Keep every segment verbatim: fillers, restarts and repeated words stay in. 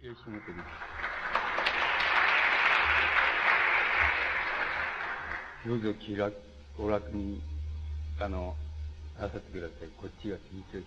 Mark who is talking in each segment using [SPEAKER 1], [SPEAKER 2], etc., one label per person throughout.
[SPEAKER 1] 仕事です。どうぞ気楽、お楽に、あの、なさってください。こっちが緊張し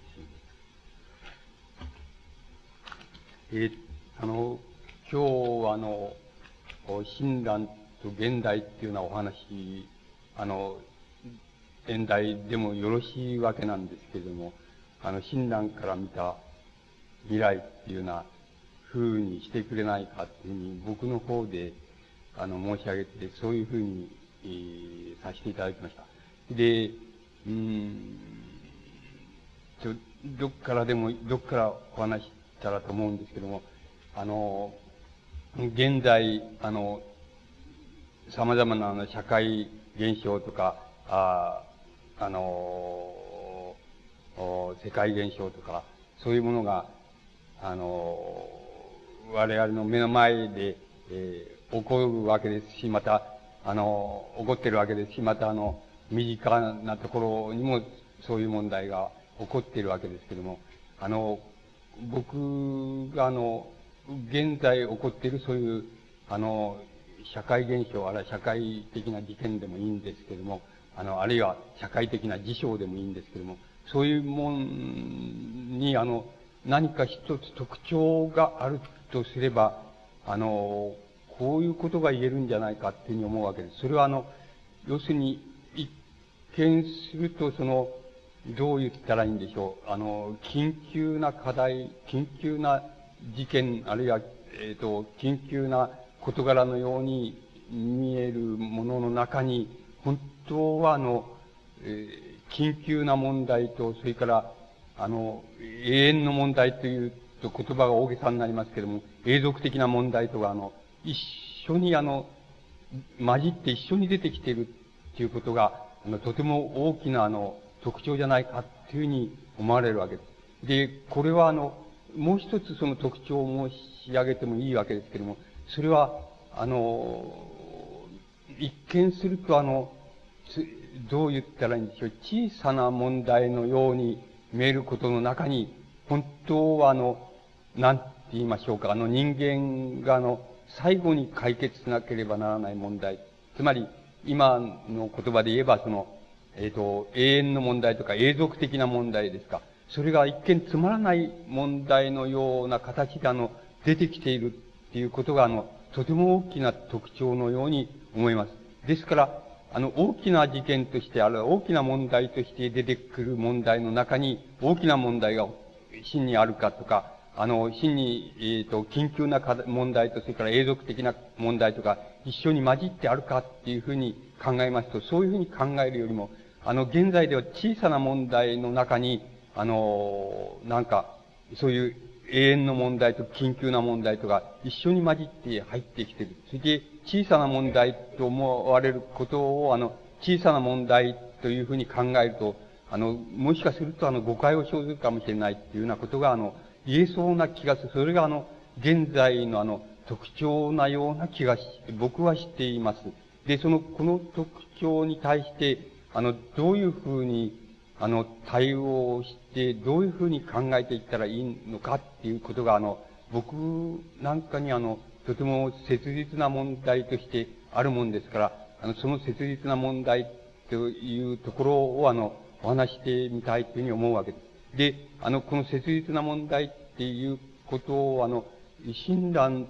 [SPEAKER 1] いです。えー、あの、今日はあの、親鸞と現代っていうようなお話、あの、現代でもよろしいわけなんですけれども、あの、親鸞から見た未来っていうような風にしてくれないかっていうふうに僕の方で、あの、申し上げて、そういうふうに、えー、させていただきました。で、うーん、ちょ、どっからでも、どっからお話したらと思うんですけども、あの、現在、あの、様々なあの社会現象とか、ああの、世界現象とか、そういうものが、あの、我々の目の前で、えー、起こるわけですし、また、あの、起こってるわけですし、またあの、身近なところにもそういう問題が起こっているわけですけども、あの、僕があの、現在起こっているそういう、あの、社会現象、あるいは社会的な事件でもいいんですけども、あの、あるいは社会的な事象でもいいんですけども、そういうもんに、あの、何か一つ特徴があるとすれば、あの、こういうことが言えるんじゃないかっていうふうに思うわけです。それはあの、要するに、一見するとその、どう言ったらいいんでしょう。あの、緊急な課題、緊急な事件、あるいは、えっと、緊急な事柄のように見えるものの中に、本当はあの、えー、緊急な問題と、それから、あの、永遠の問題というと言葉が大げさになりますけれども、永続的な問題とか、あの、一緒にあの、混じって一緒に出てきているっていうことが、あの、とても大きなあの、特徴じゃないかっていうふうに思われるわけです。で、これはあの、もう一つその特徴を申し上げてもいいわけですけれども、それは、あの、一見するとあの、どう言ったらいいんでしょう。小さな問題のように見えることの中に、本当はあの、なんて言いましょうか。あの人間があの、最後に解決しなければならない問題。つまり、今の言葉で言えばその、えっと、永遠の問題とか永続的な問題ですか。それが一見つまらない問題のような形であの、出てきているっていうことがあの、とても大きな特徴のように思います。ですから、あの、大きな事件として、あるいは大きな問題として出てくる問題の中に、大きな問題が真にあるかとか、あの、真に、えっと、緊急な問題と、それから永続的な問題とか、一緒に混じってあるかっていうふうに考えますと、そういうふうに考えるよりも、あの、現在では小さな問題の中に、あの、なんか、そういう永遠の問題と緊急な問題とか、一緒に混じって入ってきている。それで、小さな問題と思われることを、あの、小さな問題というふうに考えると、あの、もしかすると、あの、誤解を生ずるかもしれないっていうようなことが、あの、言えそうな気がする。それが、あの、現在のあの、特徴なような気がし、僕はしています。で、その、この特徴に対して、あの、どういうふうに、あの、対応して、どういうふうに考えていったらいいのかっていうことが、あの、僕なんかにあの、とても切実な問題としてあるもんですから、あの、その切実な問題というところを、あの、お話してみたいというふうに思うわけです。で、あの、この切実な問題っていうことを、あの、親鸞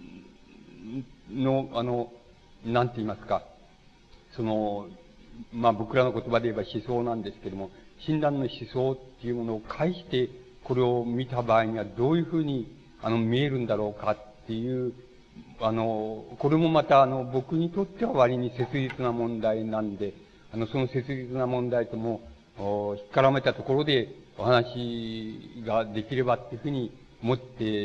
[SPEAKER 1] の、あの、なんて言いますか、その、まあ、僕らの言葉で言えば思想なんですけども、親鸞の思想っていうものを介して、これを見た場合にはどういうふうに、あの、見えるんだろうかっていう、あの、これもまた、あの、僕にとっては割に切実な問題なんで、あの、その切実な問題とも、引っ絡めたところでお話ができればっていうふうに思って、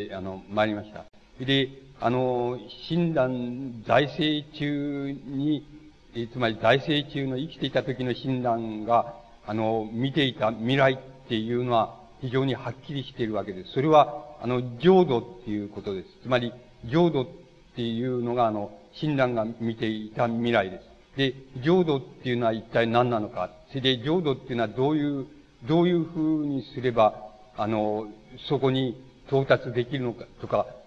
[SPEAKER 1] あの、参りました。で、あの、親鸞在世中に、つまり在世中の生きていた時の親鸞が、あの、見ていた未来っていうのは非常にはっきりしているわけです。それは、あの、浄土っていうことです。つまり、浄土っていうのが、あの、親鸞が見ていた未来です。で、浄土っていうのは一体何なのか。それで、浄土っていうのはどういう、どういうふうにすれば、あの、そこに到達できるのかとか、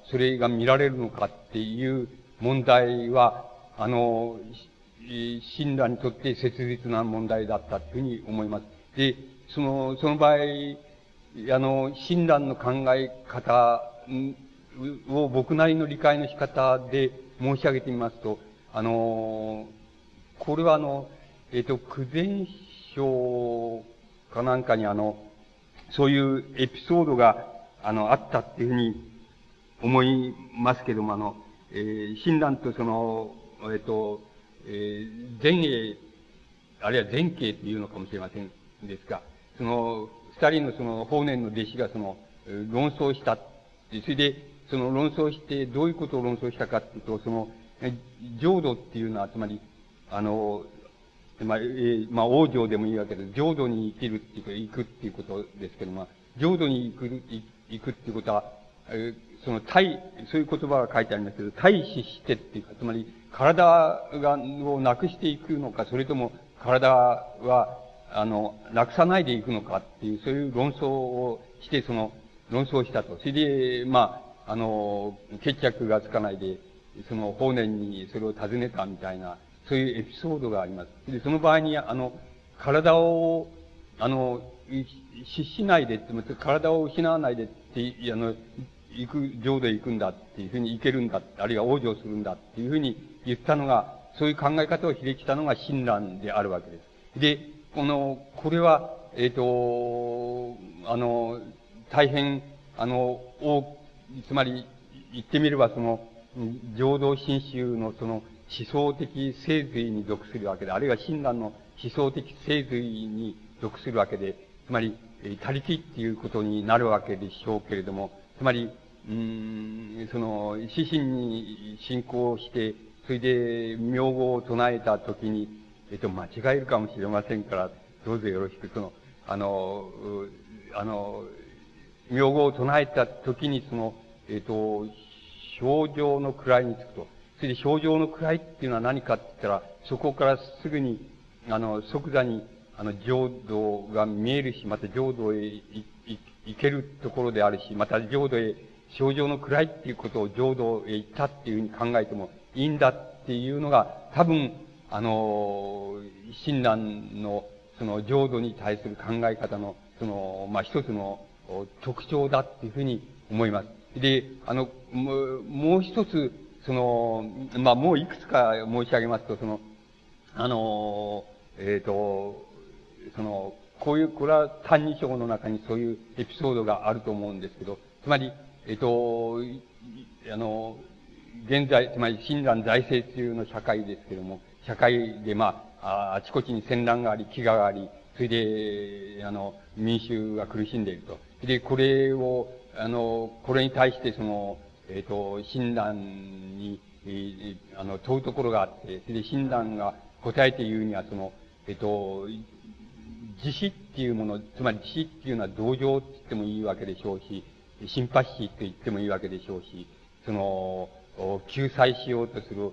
[SPEAKER 1] それが見られるのかっていう問題は、あの、親鸞にとって切実な問題だったというふうに思います。で、その、その場合、あの、親鸞の考え方を僕なりの理解の仕方で申し上げてみますと、あの、これはあの、えっと、九伝書かなんかにあの、そういうエピソードが、あの、あったっていうふうに思いますけども、あの、えー、親鸞とその、えっと、えー、前衛、あるいは前慶っていうのかもしれませんですが、その、二人のその、法然の弟子がその、論争した。それで、その論争して、どういうことを論争したかっていうと、その、浄土っていうのは、つまり、あの、まあ、えー、まあ、往生でもいいわけで、浄土に生きるっていうか、行くっていうことですけども、浄土に行く、行くっていうことは、えー、その、体、そういう言葉が書いてありますけど、体死してっていうか、つまり、体が、をなくしていくのか、それとも、体は、あの、なくさないでいくのかっていう、そういう論争をして、その、論争したと。それで、まあ、あの、決着がつかないで、その、法然にそれを尋ねたみたいな、そういうエピソードがあります。で、その場合に、あの、体を、あの、死しないでって、体を失わないでって、あの、行く、浄土へ行くんだっていうふうに行けるんだ、あるいは往生するんだっていうふうに言ったのが、そういう考え方をひれきたのが親鸞であるわけです。で、この、これは、えっと、あの、大変、あの、大、つまり、言ってみればその、浄土真宗のその、思想的精髄に属するわけで、あるいは親鸞の思想的精髄に属するわけで、つまり、他力っていうことになるわけでしょうけれども、つまり、うーん、その、死神に信仰して、それで、名号を唱えたときに、えっと、間違えるかもしれませんから、どうぞよろしく、その、あの、あの、名号を唱えたときに、その、えっと、正常の位につくと。それで、正常の位っていうのは何かって言ったら、そこからすぐに、あの、即座に、あの、浄土が見えるし、また浄土へ行けるところであるし、また浄土へ、正常の位っていうことを浄土へ行ったっていうふうに考えてもいいんだっていうのが、多分、あの、親鸞の、その浄土に対する考え方の、その、まあ、一つの特徴だっていうふうに思います。で、あの、もう、もう一つ、その、まあ、もういくつか申し上げますと、その、あの、えっと、その、こういう、これは歎異抄の中にそういうエピソードがあると思うんですけど、つまり、えっと、あの、現在、つまり親鸞在世中の社会ですけども、社会で、まあ、あちこちに戦乱があり、飢餓があり、それで、あの、民衆が苦しんでいると。で、これを、あの、これに対して、その、えっと、親鸞に、えー、あの、問うところがあって、それで親鸞が答えて言うには、その、えっと、慈悲っていうもの、つまり慈悲っていうのは同情って言ってもいいわけでしょうし、シンパシーと言ってもいいわけでしょうし、その、救済しようとする、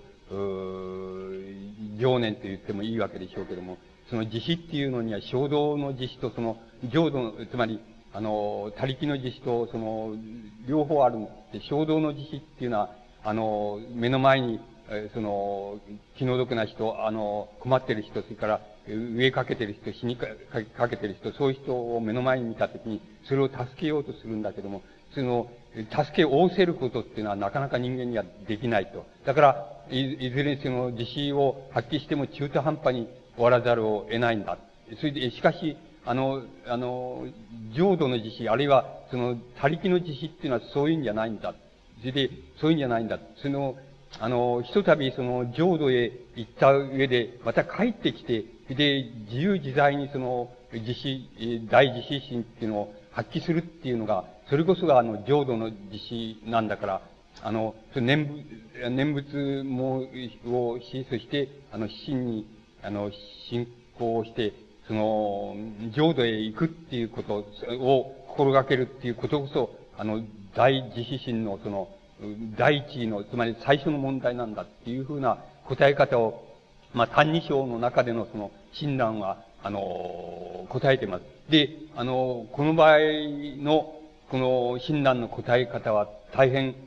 [SPEAKER 1] 情念と言ってもいいわけでしょうけども、その慈悲っていうのには衝動の慈悲とその浄土の、つまり、あの、他力の慈悲とその、両方あるんで、衝動の慈悲っていうのは、あの、目の前に、その、気の毒な人、あの、困ってる人、それから、飢えかけてる人、死にかかけてる人、そういう人を目の前に見たときに、それを助けようとするんだけども、その、助けを仰せることっていうのはなかなか人間にはできないと。だから、い、いずれにせよ慈悲を発揮しても中途半端に終わらざるを得ないんだ。それで、しかし、あの、あの、浄土の慈悲、あるいは、その、他力の慈悲っていうのはそういうんじゃないんだ。それで、そういうんじゃないんだ。その、あの、ひとたびその浄土へ行った上で、また帰ってきて、で、自由自在にその、慈悲、大慈悲心っていうのを発揮するっていうのが、それこそがあの、浄土の慈悲なんだから、あの、念仏、念仏も、をし、そして、あの、真に、あの、信仰して、その、浄土へ行くっていうことを心がけるっていうことこそ、あの、大慈悲心のその、第一位の、つまり最初の問題なんだっていうふうな答え方を、まあ、歎異抄の中でのその、親鸞は、あの、答えています。で、あの、この場合の、この親鸞の答え方は大変、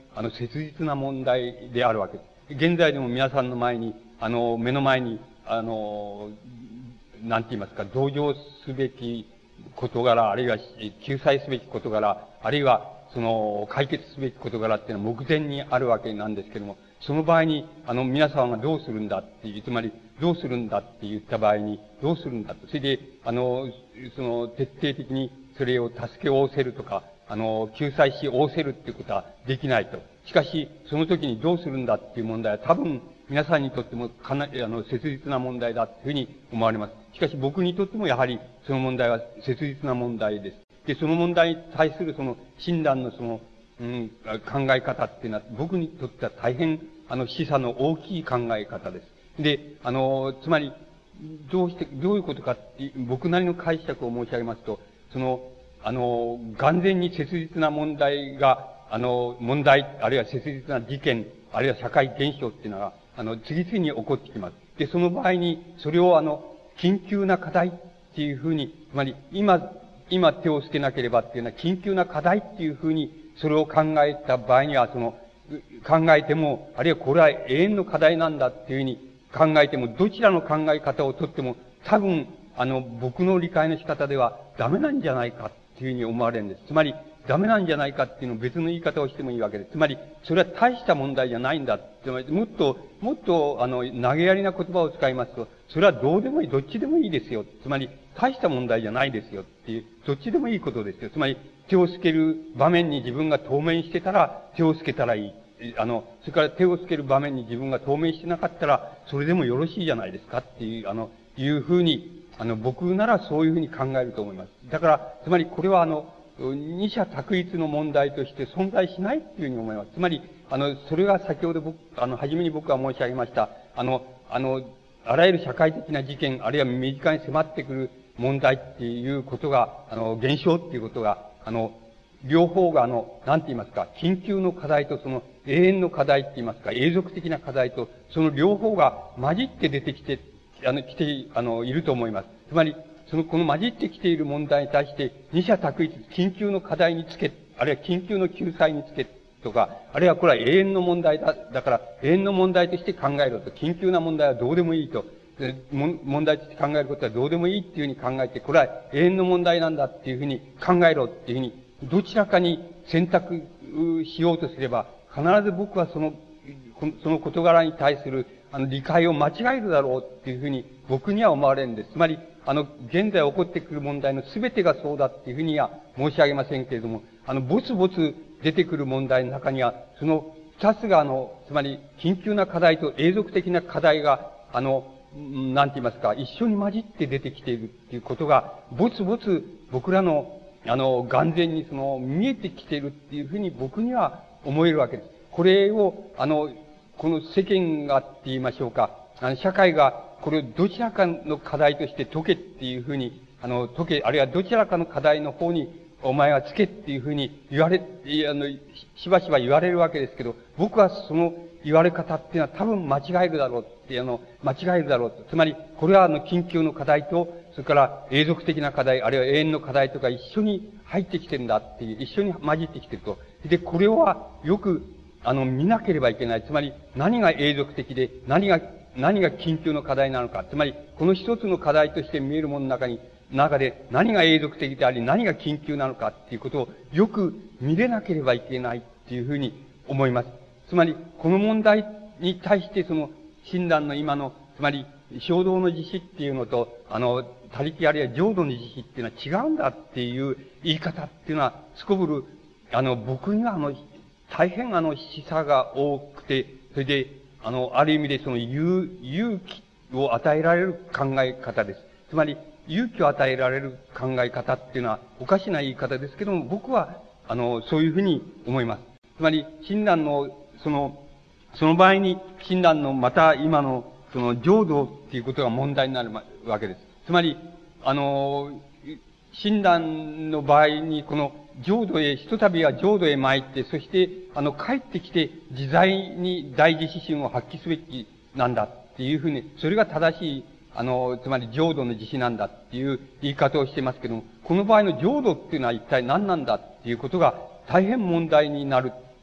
[SPEAKER 1] あの、切実な問題であるわけです。現在でも皆さんの前に、あの、目の前に、あの、なんて言いますか、同情すべき事柄、あるいは救済すべき事柄、あるいは、その、解決すべき事柄っていうのは目前にあるわけなんですけども、その場合に、あの、皆さんはどうするんだっていう、つまり、どうするんだって言った場合に、どうするんだと。それで、あの、その、徹底的にそれを助けおせるとか、あの、救済しおせるっていうことはできないと。しかし、その時にどうするんだっていう問題は多分、皆さんにとってもかなり、あの、切実な問題だというふうに思われます。しかし僕にとってもやはり、その問題は切実な問題です。で、その問題に対するその、診断のその、うん、考え方っていうのは、僕にとっては大変、あの、示唆の大きい考え方です。で、あの、つまり、どうして、どういうことかっていう、僕なりの解釈を申し上げますと、その、あの、完全に切実な問題が、あの、問題、あるいは切実な事件、あるいは社会現象っていうのが、あの、次々に起こってきます。で、その場合に、それをあの、緊急な課題っていうふうに、つまり、今、今手をつけなければっていうのは、緊急な課題っていうふうに、それを考えた場合には、その、考えても、あるいはこれは永遠の課題なんだっていうふうに考えても、どちらの考え方をとっても、多分、あの、僕の理解の仕方ではダメなんじゃないかっていうふうに思われるんです。つまり、ダメなんじゃないかっていうのを別の言い方をしてもいいわけです。つまり、それは大した問題じゃないんだ。つまり、もっと、もっと、あの、投げやりな言葉を使いますと、それはどうでもいい、どっちでもいいですよ。つまり、大した問題じゃないですよっていう、どっちでもいいことですよ。つまり、手をつける場面に自分が当面してたら、手をつけたらいい。あの、それから手をつける場面に自分が当面してなかったら、それでもよろしいじゃないですかっていう、あの、いうふうに、あの、僕ならそういうふうに考えると思います。だから、つまりこれはあの、二者択一の問題として存在しないっていうふうに思います。つまり、あの、それが先ほど僕、あの、初めに僕が申し上げました、あの、あの、あらゆる社会的な事件、あるいは身近に迫ってくる問題っていうことが、あの、現象っていうことが、あの、両方があの、なんて言いますか、緊急の課題とその永遠の課題って言いますか、永続的な課題と、その両方が混じって出てきて、あの、来て、あの、いると思います。つまり、その、この混じってきている問題に対して、二者択一、緊急の課題につけ、あるいは緊急の救済につけ、とか、あるいはこれは永遠の問題だ、だから永遠の問題として考えろと、緊急な問題はどうでもいいと、問題として考えることはどうでもいいっていうふうに考えて、これは永遠の問題なんだっていうふうに考えろっていうふうに、どちらかに選択しようとすれば、必ず僕はその、その事柄に対する、あの、理解を間違えるだろうっていうふうに、僕には思われるんです。つまり、あの、現在起こってくる問題の全てがそうだっていうふうには申し上げませんけれども、あの、ぼつぼつ出てくる問題の中には、その二つがあの、つまり、緊急な課題と永続的な課題が、あの、なんて言いますか、一緒に混じって出てきているっていうことが、ぼつぼつ僕らの、あの、眼前にその、見えてきているっていうふうに僕には思えるわけです。これを、あの、この世間がって言いましょうか、あの、社会がこれをどちらかの課題として解けっていうふうに、あの、解け、あるいはどちらかの課題の方にお前はつけっていうふうに言われ、あの、しばしば言われるわけですけど、僕はその言われ方っていうのは多分間違えるだろうって、あの、間違えるだろうと。つまり、これはあの、緊急の課題と、それから永続的な課題、あるいは永遠の課題とか一緒に入ってきてるんだっていう、一緒に混じってきてると。で、これはよく、あの、見なければいけない。つまり、何が永続的で、何が、何が緊急の課題なのか。つまり、この一つの課題として見えるものの中に、中で何が永続的であり、何が緊急なのかっていうことをよく見れなければいけないっていうふうに思います。つまり、この問題に対してその親鸞の今の、つまり、衝動の実施っていうのと、あの、他力あるいは浄土の実施っていうのは違うんだっていう言い方っていうのは、すこぶる、あの、僕にはあの、大変あの、示唆が多くて、それで、あの、ある意味でその勇、勇気を与えられる考え方です。つまり、勇気を与えられる考え方っていうのはおかしな言い方ですけども、僕は、あの、そういうふうに思います。つまり、親鸞の、その、その場合に、親鸞のまた今の、その、浄土っていうことが問題になるわけです。つまり、あの、親鸞の場合に、この、浄土へ、ひとたびは浄土へ参って、そして、あの、帰ってきて、自在に大自指針を発揮すべきなんだっていうふうに、それが正しい、あの、つまり浄土の実施なんだっていう言い方をしてますけども、この場合の浄土っていうのは一体何なんだっていうことが大変問題になる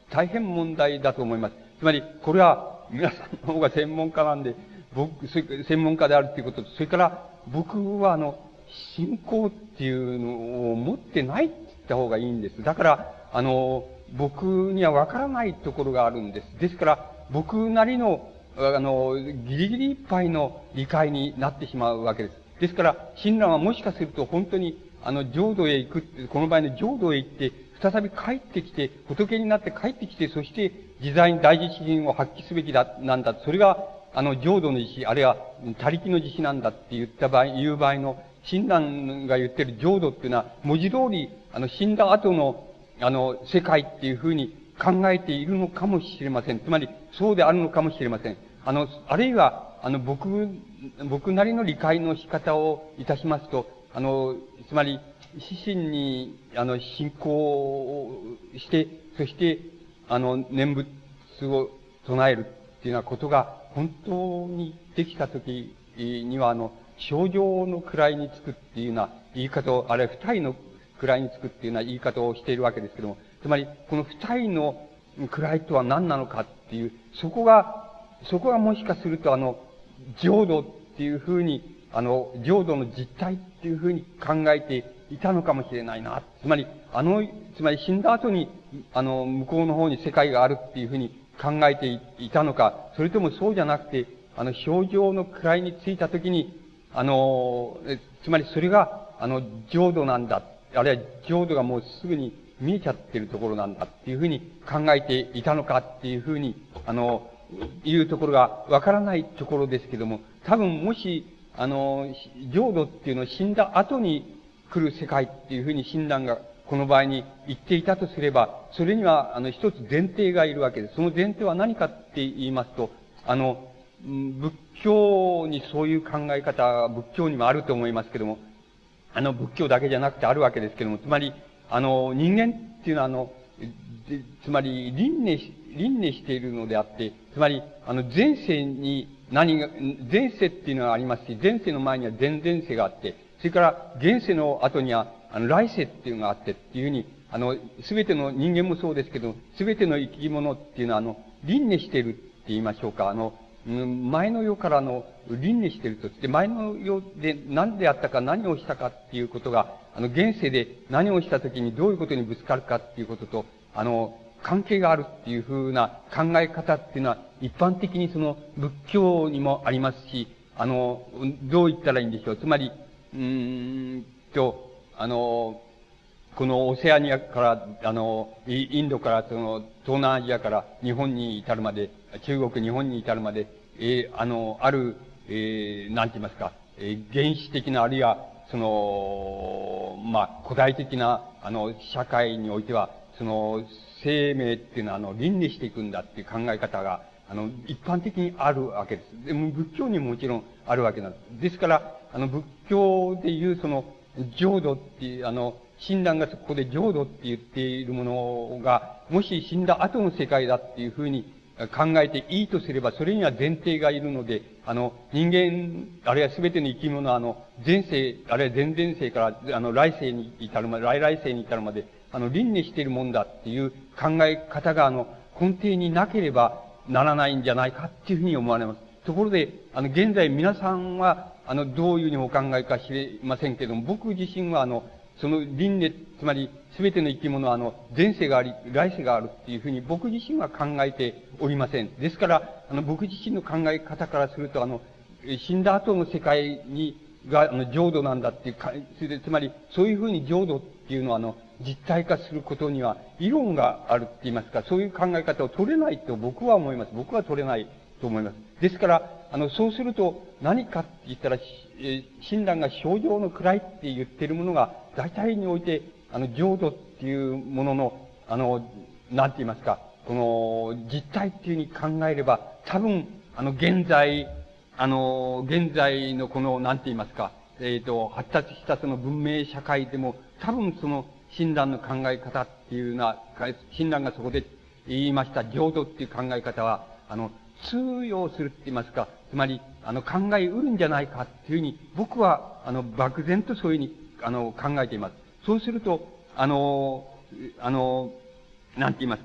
[SPEAKER 1] 大変問題だと思います。つまり、これは皆さんの方が専門家なんで、僕、それ専門家であるっていうことと、それから僕はあの、信仰っていうのを持ってないって言った方がいいんです。だから、あの、僕にはわからないところがあるんです。ですから、僕なりの、あの、ギリギリいっぱいの理解になってしまうわけです。ですから、親鸞はもしかすると本当に、あの、浄土へ行く、この場合の浄土へ行って、再び帰ってきて、仏になって帰ってきて、そして自在に大慈悲を発揮すべきだ、なんだ。それが、あの、浄土の慈悲、あるいは、他力の慈悲なんだって言った場合、言う場合の、親鸞が言ってる浄土っていうのは、文字通り、あの、死んだ後の、あの、世界っていうふうに考えているのかもしれません。つまり、そうであるのかもしれません。あの、あるいは、あの、僕、僕なりの理解の仕方をいたしますと、あの、つまり、死神に、あの、信仰をして、そして、あの、念仏を唱えるっていうようなことが、本当にできたときには、あの、症状の位につくっていうような言い方を、あるいは二重の位につくっていうような言い方をしているわけですけども、つまり、この二重の位とは何なのかっていう、そこが、そこがもしかすると、あの、浄土っていうふうに、あの、浄土の実態っていうふうに考えていたのかもしれないな。つまり、あの、つまり死んだ後に、あの、向こうの方に世界があるっていうふうに考えていたのか、それともそうじゃなくて、あの、表情の位についたときに、あの、つまりそれが、あの、浄土なんだ。あるいは浄土がもうすぐに見えちゃってるところなんだっていうふうに考えていたのかっていうふうに、あの、いうところがわからないところですけども、多分もし、あの、浄土っていうのを死んだ後に来る世界っていうふうに親鸞がこの場合に言っていたとすれば、それには、あの、一つ前提がいるわけです。その前提は何かって言いますと、あの、仏教にそういう考え方、仏教にもあると思いますけども、あの、仏教だけじゃなくてあるわけですけども、つまり、あの、人間っていうのは、あの、つまり、輪廻し、輪廻しているのであって、つまり、あの、前世に何が、前世っていうのがありますし、前世の前には前々世があって、それから、現世の後には、あの、来世っていうのがあってっていうふうに、あの、すべての人間もそうですけど、すべての生き物っていうのは、あの、輪廻しているって言いましょうか。あの、前の世からの輪廻していると。で、前の世で何であったか何をしたかっていうことが、あの、現世で何をしたときにどういうことにぶつかるかっていうことと、あの、関係があるっていうふうな考え方っていうのは、一般的にその仏教にもありますし、あの、どう言ったらいいんでしょう。つまり、うーんと、あの、このオセアニアから、あの、インドから、その、東南アジアから日本に至るまで、中国、日本に至るまで、えー、あの、ある、えー、なんて言いますか、えー、原始的な、あるいは、その、まあ、古代的な、あの、社会においては、その、生命っていうのは、あの、輪廻していくんだっていう考え方が、あの、一般的にあるわけです。でも、仏教にももちろんあるわけなんです。ですから、あの、仏教でいう、その、浄土っていう、あの、親鸞がそこで浄土って言っているものが、もし死んだ後の世界だっていうふうに考えていいとすれば、それには前提がいるので、あの、人間、あるいは全ての生き物は、あの、前世、あるいは前々世から、あの、来世に至るまで、来来世に至るまで、あの、輪廻しているもんだっていう考え方が、あの、根底になければならないんじゃないかっていうふうに思われます。ところで、あの、現在皆さんは、あの、どういうふうにお考えか知れませんけども、僕自身は、あの、その輪廻、つまり、すべての生き物は、あの、前世があり、来世があるっていうふうに僕自身は考えておりません。ですから、あの、僕自身の考え方からすると、あの、死んだ後の世界に、が、あの、浄土なんだっていうか、つまり、そういうふうに浄土っていうのは、あの、実体化することには、理論があるって言いますか、そういう考え方を取れないと僕は思います。僕は取れないと思います。ですから、あの、そうすると、何かって言ったら、え親鸞が症状の位って言っているものが、大体において、あの、浄土っていうものの、あの、なんて言いますか、この、実体っていうふうに考えれば、多分、あの、現在、あの、現在のこの、なんて言いますか、えっと、発達したその文明社会でも、多分その、親鸞の考え方っていうのは、親鸞がそこで言いました浄土っていう考え方は、あの、通用するって言いますか、つまり、あの、考えうるんじゃないかっていうふうに、僕は、あの、漠然とそういうふうに、あの、考えています。そうすると、あの、あの、なんて言いますか、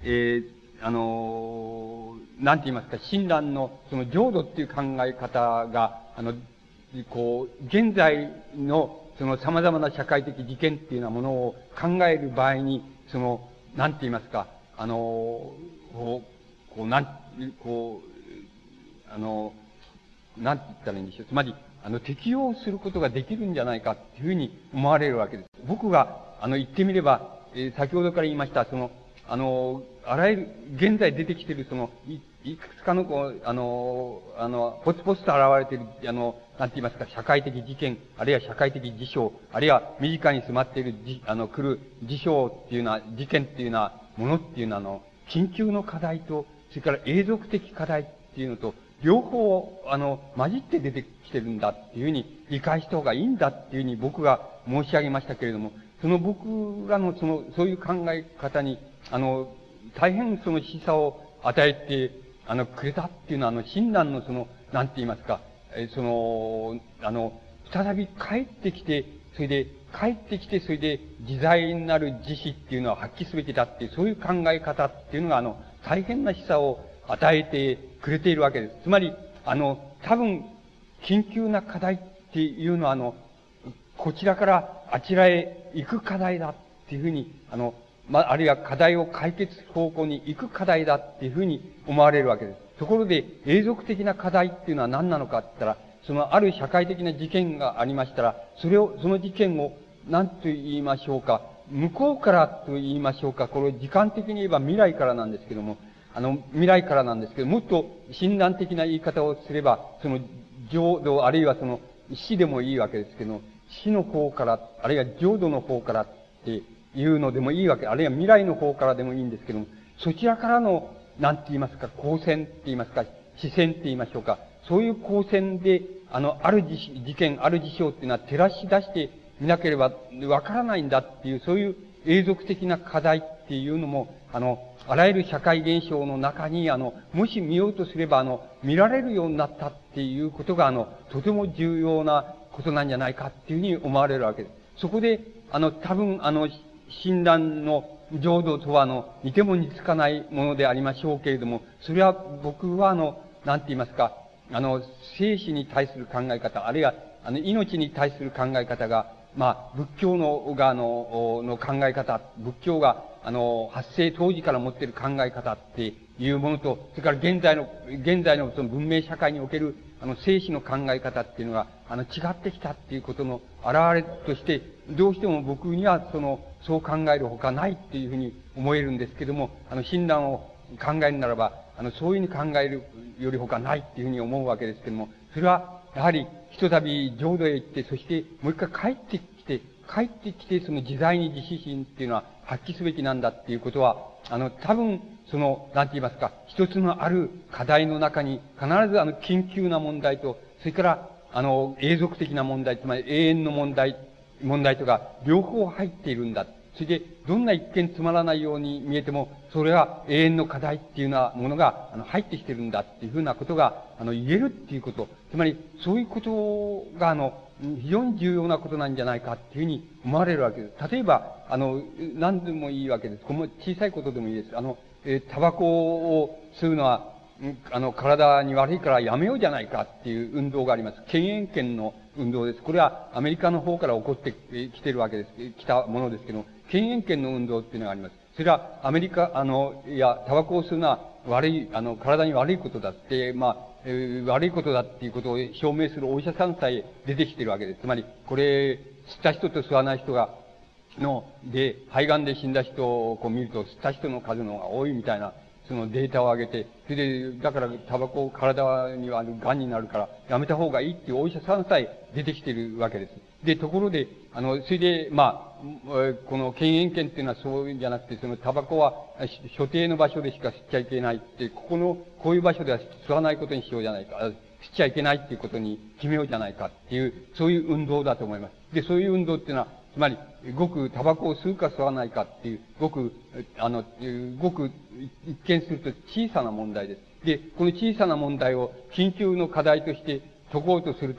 [SPEAKER 1] えー、あの、なんて言いますか、親鸞のその浄土っていう考え方が、あの、こう、現在のその様々な社会的事件っていうようなものを考える場合に、その、なんて言いますか、あの、こう、こう、なん、こう、あの、なんて言ったらいいんでしょう。つまり、あの、適用することができるんじゃないかっていうふうに思われるわけです。僕が、あの、言ってみれば、えー、先ほどから言いました、その、あの、あらゆる、現在出てきているその、い、いくつかの、こう、あの、あの、ポツポツと現れている、あの、なんて言いますか、社会的事件、あるいは社会的事象、あるいは身近に迫っているじ、あの、来る事象っていうのは、事件っていうのは、ものっていうのは、あの、緊急の課題と、それから永続的課題っていうのと、両方、あの、混じって出てきてるんだっていうふうに理解した方がいいんだっていうふうに僕が申し上げましたけれども、その僕らのその、そういう考え方に、あの、大変その示唆を与えて、あの、くれたっていうのは、あの、親鸞のその、なんて言いますか、えその、あの、再び帰ってきて、それで、帰ってきて、それで、自在になる自死っていうのは発揮すべきだっていう、そういう考え方っていうのが、あの、大変な示唆を与えてくれているわけです。つまり、あの、多分、緊急な課題っていうのは、あの、こちらからあちらへ行く課題だっていうふうに、あの、まあ、あるいは課題を解決する方向に行く課題だっていうふうに思われるわけです。ところで、永続的な課題っていうのは何なのかって言ったら、そのある社会的な事件がありましたら、それを、その事件を何と言いましょうか、向こうからと言いましょうか、これ時間的に言えば未来からなんですけども、あの、未来からなんですけど、もっと診断的な言い方をすれば、その、浄土、あるいはその、死でもいいわけですけども、死の方から、あるいは浄土の方からっていうのでもいいわけ、あるいは未来の方からでもいいんですけども、そちらからの、なんて言いますか、光線って言いますか、視線って言いましょうか、そういう光線で、あの、ある事件、ある事象っていうのは照らし出してみなければわからないんだっていう、そういう永続的な課題っていうのも、あの、あらゆる社会現象の中に、あの、もし見ようとすれば、あの、見られるようになったっていうことが、あの、とても重要なことなんじゃないかっていうふうに思われるわけです。そこで、あの、多分、あの、親鸞の浄土とは、あの、似ても似つかないものでありましょうけれども、それは僕は、あの、なんて言いますか、あの、生死に対する考え方、あるいは、あの、命に対する考え方が、まあ、仏教の、が、あの、の考え方、仏教が、あの、発生当時から持っている考え方っていうものと、それから現在の、現在のその文明社会における、あの、生死の考え方っていうのが、あの、違ってきたっていうことの表れとして、どうしても僕には、その、そう考えるほかないっていうふうに思えるんですけども、あの、親鸞を考えるならば、あの、そういうふうに考えるよりほかないっていうふうに思うわけですけども、それは、やはり、ひとたび浄土へ行って、そしてもう一回帰ってきて、帰ってきて、その自在に自死心っていうのは発揮すべきなんだっていうことは、あの、多分、その、なんて言いますか、一つのある課題の中に、必ずあの、緊急な問題と、それから、あの、永続的な問題、つまり永遠の問題、問題とか、両方入っているんだ。それで、どんな一見つまらないように見えても、それは永遠の課題っていうようなものが、あの、入ってきてるんだっていうふうなことが、あの、言えるっていうこと。つまり、そういうことが、あの、非常に重要なことなんじゃないかっていうふうに思われるわけです。例えば、あの、何でもいいわけです。この小さいことでもいいです。あの、えー、タバコを吸うのは、あの、体に悪いからやめようじゃないかっていう運動があります。権限権の運動です。これはアメリカの方から起こってきてるわけです。来たものですけども、権限権の運動っていうのがあります。それはアメリカ、あの、いや、タバコを吸うのは悪い、あの、体に悪いことだって、まあ、えー、悪いことだっていうことを証明するお医者さんさえ出てきてるわけです。つまり、これ、吸った人と吸わない人が、の、で、肺がんで死んだ人をこう見ると、吸った人の数の方が多いみたいな、そのデータを上げて、それで、だからタバコ、体にはある癌になるから、やめた方がいいっていうお医者さんさえ出てきてるわけです。で、ところで、あの、それで、まあ、この権限権っていうのはそういうんじゃなくて、そのタバコは所定の場所でしか吸っちゃいけないって、ここの、こういう場所では吸わないことにしようじゃないか、吸っちゃいけないっていうことに決めようじゃないかっていう、そういう運動だと思います。で、そういう運動っていうのは、つまり、ごくタバコを吸うか吸わないかっていう、ごく、あの、ごく、一見すると小さな問題です。で、この小さな問題を緊急の課題として解こうとすると、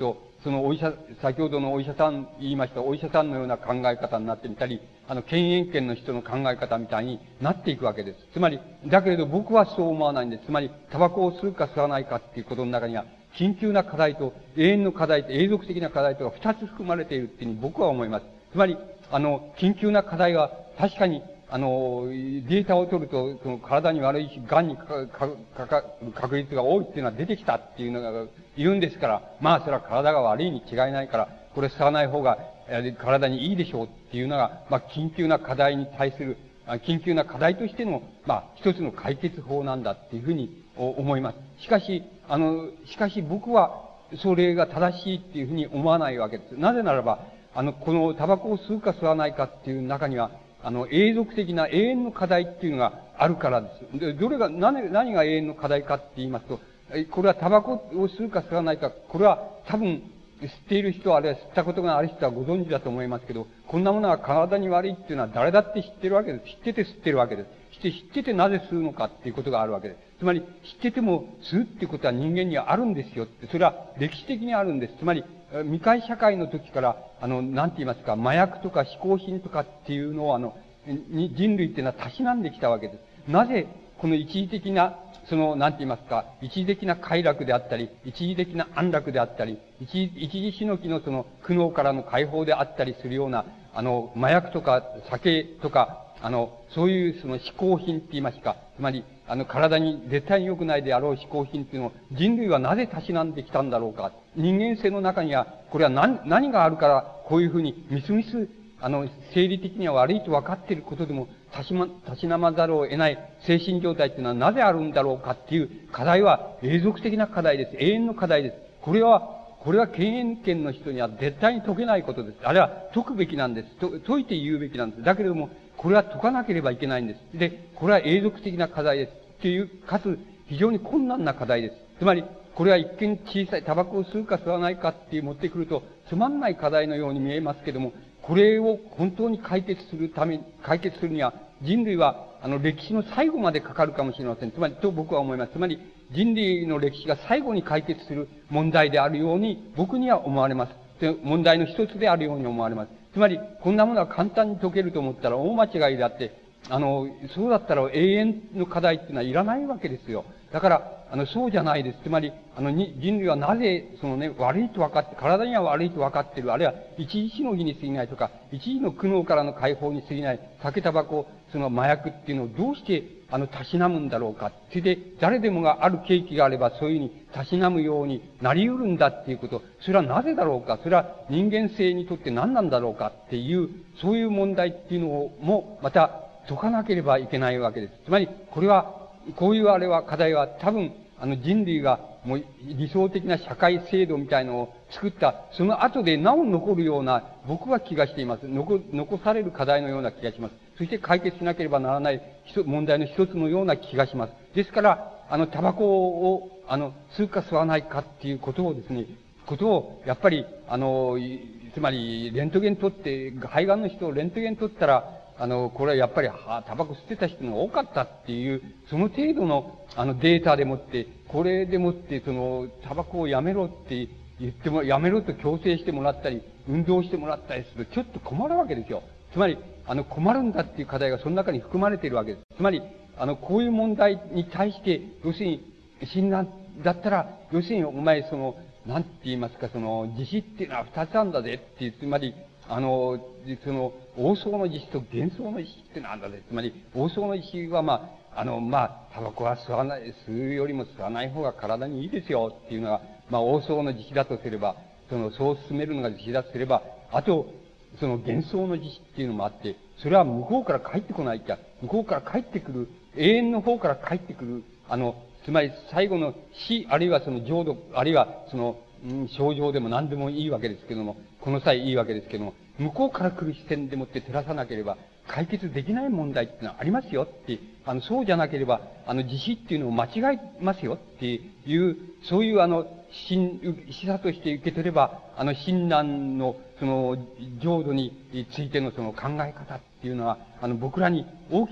[SPEAKER 1] そのお医者、先ほどのお医者さん言いました、お医者さんのような考え方になってみたり、あの、権限権の人の考え方みたいになっていくわけです。つまり、だけれど僕はそう思わないんです。つまり、タバコを吸うか吸わないかっていうことの中には、緊急な課題と永遠の課題と永続的な課題とが二つ含まれているっていうふうに僕は思います。つまり、あの、緊急な課題は確かに、あの、データを取ると、その体に悪いし、癌にかか、かかる確率が多いっていうのは出てきたっていうのが言うんですから、まあそれは体が悪いに違いないから、これ吸わない方が体にいいでしょうっていうのが、まあ緊急な課題に対する、緊急な課題としての、まあ一つの解決法なんだっていうふうに思います。しかし、あの、しかし僕はそれが正しいっていうふうに思わないわけです。なぜならば、あの、このタバコを吸うか吸わないかっていう中には、あの、永続的な永遠の課題っていうのがあるからです。で、どれが、何、何が永遠の課題かって言いますと、これはタバコを吸うか吸わないか、これは多分、吸っている人、あるいは吸ったことがある人はご存知だと思いますけど、こんなものは体に悪いっていうのは誰だって知ってるわけです。知ってて吸ってるわけです。知って、知っててなぜ吸うのかっていうことがあるわけです。つまり、知ってても吸うっていうことは人間にはあるんですよって、それは歴史的にあるんです。つまり、未開社会の時から、あの、なんて言いますか、麻薬とか嗜好品とかっていうのを、あの、に人類っていうのはたしなんできたわけです。なぜ、この一時的な、その、なんて言いますか、一時的な快楽であったり、一時的な安楽であったり、一時、一時しのぎのその苦悩からの解放であったりするような、あの、麻薬とか酒とか、あの、そういうその嗜好品って言いますか、つまり、あの、体に絶対に良くないであろう嗜好品っていうのを人類はなぜたしなんできたんだろうか。人間性の中には、これは何、何があるから、こういうふうに、みすみす、あの、生理的には悪いと分かっていることでも、たしま、たしなまざるを得ない精神状態っていうのはなぜあるんだろうかっていう課題は永続的な課題です。永遠の課題です。これは、これは権限権の人には絶対に解けないことです。あれは解くべきなんです。と解いて言うべきなんです。だけれども、これは解かなければいけないんです。で、これは永続的な課題です。っていう、かつ、非常に困難な課題です。つまり、これは一見小さい、タバコを吸うか吸わないかって持ってくると、つまんない課題のように見えますけども、これを本当に解決するため、解決するには、人類は、あの、歴史の最後までかかるかもしれません。つまり、と僕は思います。つまり、人類の歴史が最後に解決する問題であるように、僕には思われます。で、問題の一つであるように思われます。つまり、こんなものは簡単に解けると思ったら大間違いであって、あの、そうだったら永遠の課題っていうのはいらないわけですよ。だから、あの、そうじゃないです。つまり、あの、に、人類はなぜ、そのね、悪いと分かって、体には悪いと分かっている、あるいは一時しのぎに過ぎないとか、一時の苦悩からの解放に過ぎない、酒、タバコ、その麻薬っていうのをどうして、あの、たしなむんだろうか。それで、誰でもがある契機があれば、そういうふうにたしなむようになり得るんだっていうこと、それはなぜだろうか。それは人間性にとって何なんだろうかっていう、そういう問題っていうのをも、また、解かなければいけないわけです。つまり、これは、こういうあれは、課題は多分、あの人類がもう理想的な社会制度みたいのを作った、その後でなお残るような、僕は気がしています。残、残される課題のような気がします。そして解決しなければならない問題の一つのような気がします。ですから、あの、タバコを、あの、吸うか吸わないかっていうことをですね、ことを、やっぱり、あの、つまり、レントゲン取って、肺がんの人をレントゲン取ったら、あの、これはやっぱり、は、タバコ吸ってた人が多かったっていう、その程度の、あの、データでもって、これでもって、その、タバコをやめろって言っても、やめろと強制してもらったり、運動してもらったりすると、ちょっと困るわけですよ。つまり、あの、困るんだっていう課題がその中に含まれているわけです。つまり、あの、こういう問題に対して、要するに、診断だったら、要するに、お前、その、なんて言いますか、その、自死っていうのは二つあんだぜっていう、つまり、あの、その、王相の自死と幻想の自死っていうのはあんだぜ。つまり、王相の自死は、まあ、あの、まあ、タバコは吸わない、吸うよりも吸わない方が体にいいですよっていうのが、まあ、王相の自死だとすれば、その、そう進めるのが自死だとすれば、あと、その幻想の自死っていうのもあって、それは向こうから帰ってこないきゃ、向こうから帰ってくる、永遠の方から帰ってくる、あの、つまり最後の死、あるいはその浄土、あるいはその、うん、症状でも何でもいいわけですけども、この際いいわけですけども、向こうから来る視線でもって照らさなければ解決できない問題っていうのはありますよって、あの、そうじゃなければ、あの、自死っていうのを間違えますよっていう、そういうあの、心、示唆として受け取れば、あの、親鸞の、その、浄土についてのその考え方っていうのは、あの、僕らに大きな、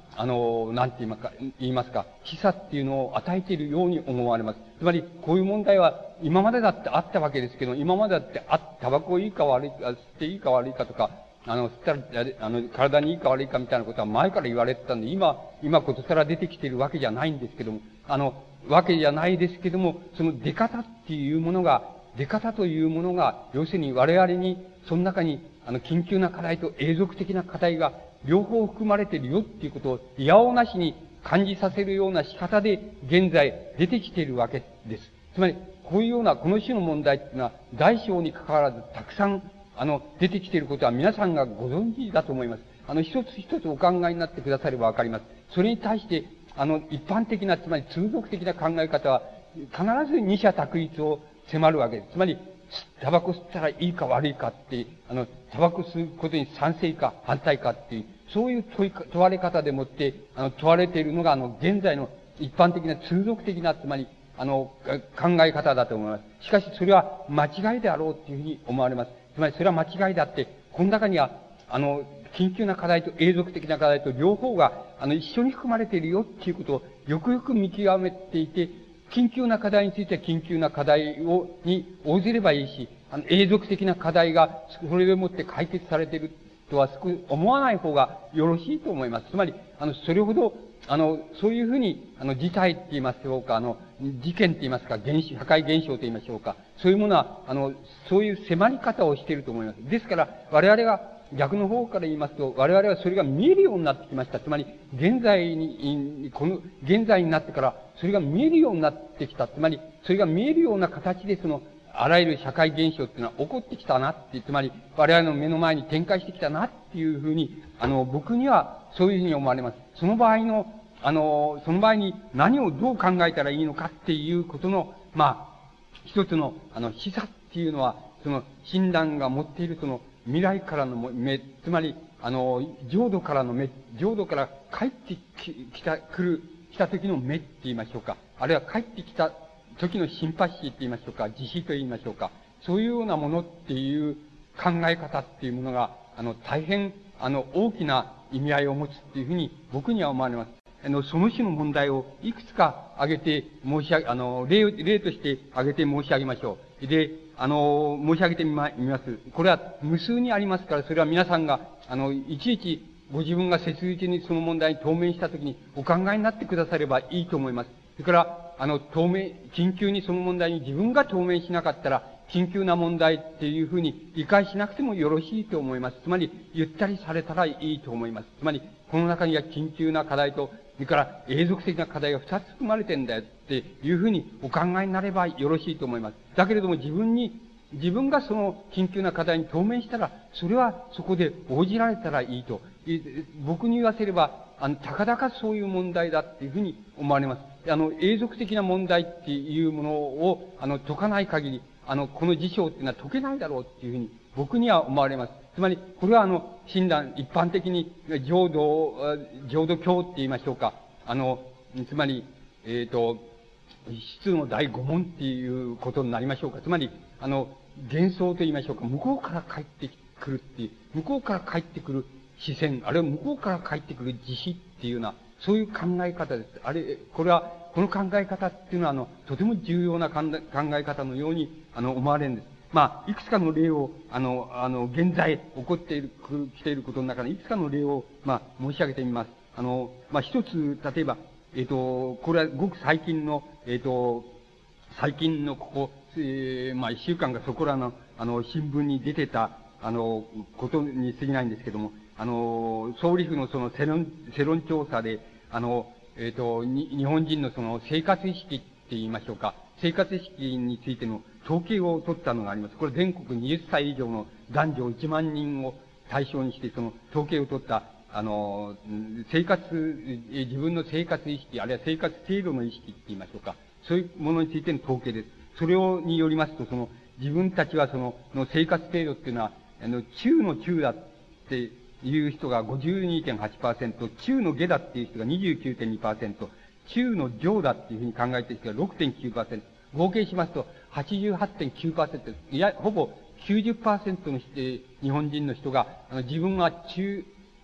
[SPEAKER 1] あの、なんて言いますか、言いますか、示唆っていうのを与えているように思われます。つまり、こういう問題は今までだってあったわけですけど、今までだってあ、タバコいいか悪いか、吸っていいか悪いかとか、あの、吸ったら、あの、体にいいか悪いかみたいなことは前から言われてたんで、今、今ことさら出てきているわけじゃないんですけども、あの、わけじゃないですけども、その出方っていうものが、出方というものが、要するに我々に、その中に、あの、緊急な課題と永続的な課題が、両方含まれているよっていうことを、いやおなしに感じさせるような仕方で、現在出てきているわけです。つまり、こういうような、この種の問題っていうのは、大小に関わらず、たくさん、あの、出てきていることは皆さんがご存知だと思います。あの、一つ一つお考えになってくださればわかります。それに対して、あの、一般的な、つまり通俗的な考え方は、必ず二者択一を迫るわけです。つまり、タバコ吸ったらいいか悪いかって、あの、タバコ吸うことに賛成か反対かっていう、そういう問い、問われ方でもって、あの、問われているのが、あの、現在の一般的な通俗的な、つまり、あの、考え方だと思います。しかし、それは間違いであろうっていうふうに思われます。つまり、それは間違いだって、この中には、あの、緊急な課題と永続的な課題と両方が、あの、一緒に含まれているよっていうことをよくよく見極めていて、緊急な課題については緊急な課題を、に応じればいいし、あの、永続的な課題が、それでもって解決されているとは少し思わない方がよろしいと思います。つまり、あの、それほど、あの、そういうふうに、あの、事態って言いましょうか、あの、事件って言いますか、現象、社会現象と言いましょうか、そういうものは、あの、そういう迫り方をしていると思います。ですから、我々が、逆の方から言いますと、我々はそれが見えるようになってきました。つまり、現在に、この、現在になってから、それが見えるようになってきた。つまり、それが見えるような形で、その、あらゆる社会現象っていうのは起こってきたなって、つまり、我々の目の前に展開してきたなっていうふうに、あの、僕にはそういうふうに思われます。その場合の、あの、その場合に何をどう考えたらいいのかっていうことの、まあ、一つの、あの、示唆っていうのは、その、診断が持っているその、未来からの目、つまり、あの、浄土からの目、浄土から帰ってきた、来る、来た時の目って言いましょうか。あるいは帰ってきた時のシンパシーって言いましょうか。慈悲と言いましょうか。そういうようなものっていう考え方っていうものが、あの、大変、あの、大きな意味合いを持つっていうふうに僕には思われます。あの、その種の問題をいくつか挙げて申し上げ、あの、例、例として挙げて申し上げましょう。で、あの、申し上げてみま、みます。これは無数にありますから、それは皆さんが、あの、いちいちご自分が切実にその問題に当面したときにお考えになってくださればいいと思います。それから、あの、当面、緊急にその問題に自分が当面しなかったら、緊急な問題っていうふうに理解しなくてもよろしいと思います。つまり、ゆったりされたらいいと思います。つまり、この中には緊急な課題と、それから永続的な課題が二つ含まれてんだよっていうふうにお考えになればよろしいと思います。だけれども自分に、自分がその緊急な課題に当面したら、それはそこで応じられたらいいと。僕に言わせれば、あの、たかだかそういう問題だっていうふうに思われます。あの、永続的な問題っていうものを、あの、解かない限り、あの、この事象っていうのは解けないだろうっていうふうに僕には思われます。つまり、これはあの、診断、一般的に浄土、浄土教って言いましょうか。あの、つまり、えっと、質の第五問っていうことになりましょうか。つまり、あの、幻想と言いましょうか。向こうから帰ってくるっていう、向こうから帰ってくる視線、あるいは向こうから帰ってくる慈悲っていうような、そういう考え方です。あれ、これは、この考え方っていうのは、あの、とても重要な考え方のように、あの、思われるんです。まあ、いくつかの例を、あの、あの、現在起こっている、来ていることの中で、いくつかの例を、まあ、申し上げてみます。あの、まあ、一つ、例えば、えっと、これはごく最近の、えっと、最近のここ、えー、まあ、一週間かそこらの、あの、新聞に出てた、あの、ことに過ぎないんですけども、あの、総理府のその世論、世論調査で、あの、えっと、に、日本人のその生活意識って言いましょうか。生活意識についての統計を取ったのがあります。これ全国にじゅっさい以上の男女いちまんにんを対象にして、その統計を取った、あの、生活、自分の生活意識、あるいは生活程度の意識って言いましょうか。そういうものについての統計です。それを、によりますと、その、自分たちはその、の生活程度っていうのは、あの、中の中だっていう人が ごじゅうにてんはちパーセント、中の下だっていう人が にじゅうきゅうてんにパーセント、中の上だっていうふうに考えている人が ろくてんきゅうパーセント、合計しますと はちじゅうはちてんきゅうパーセント、いや、ほぼ きゅうじゅっパーセント の人、日本人の人が、あの、自分は中、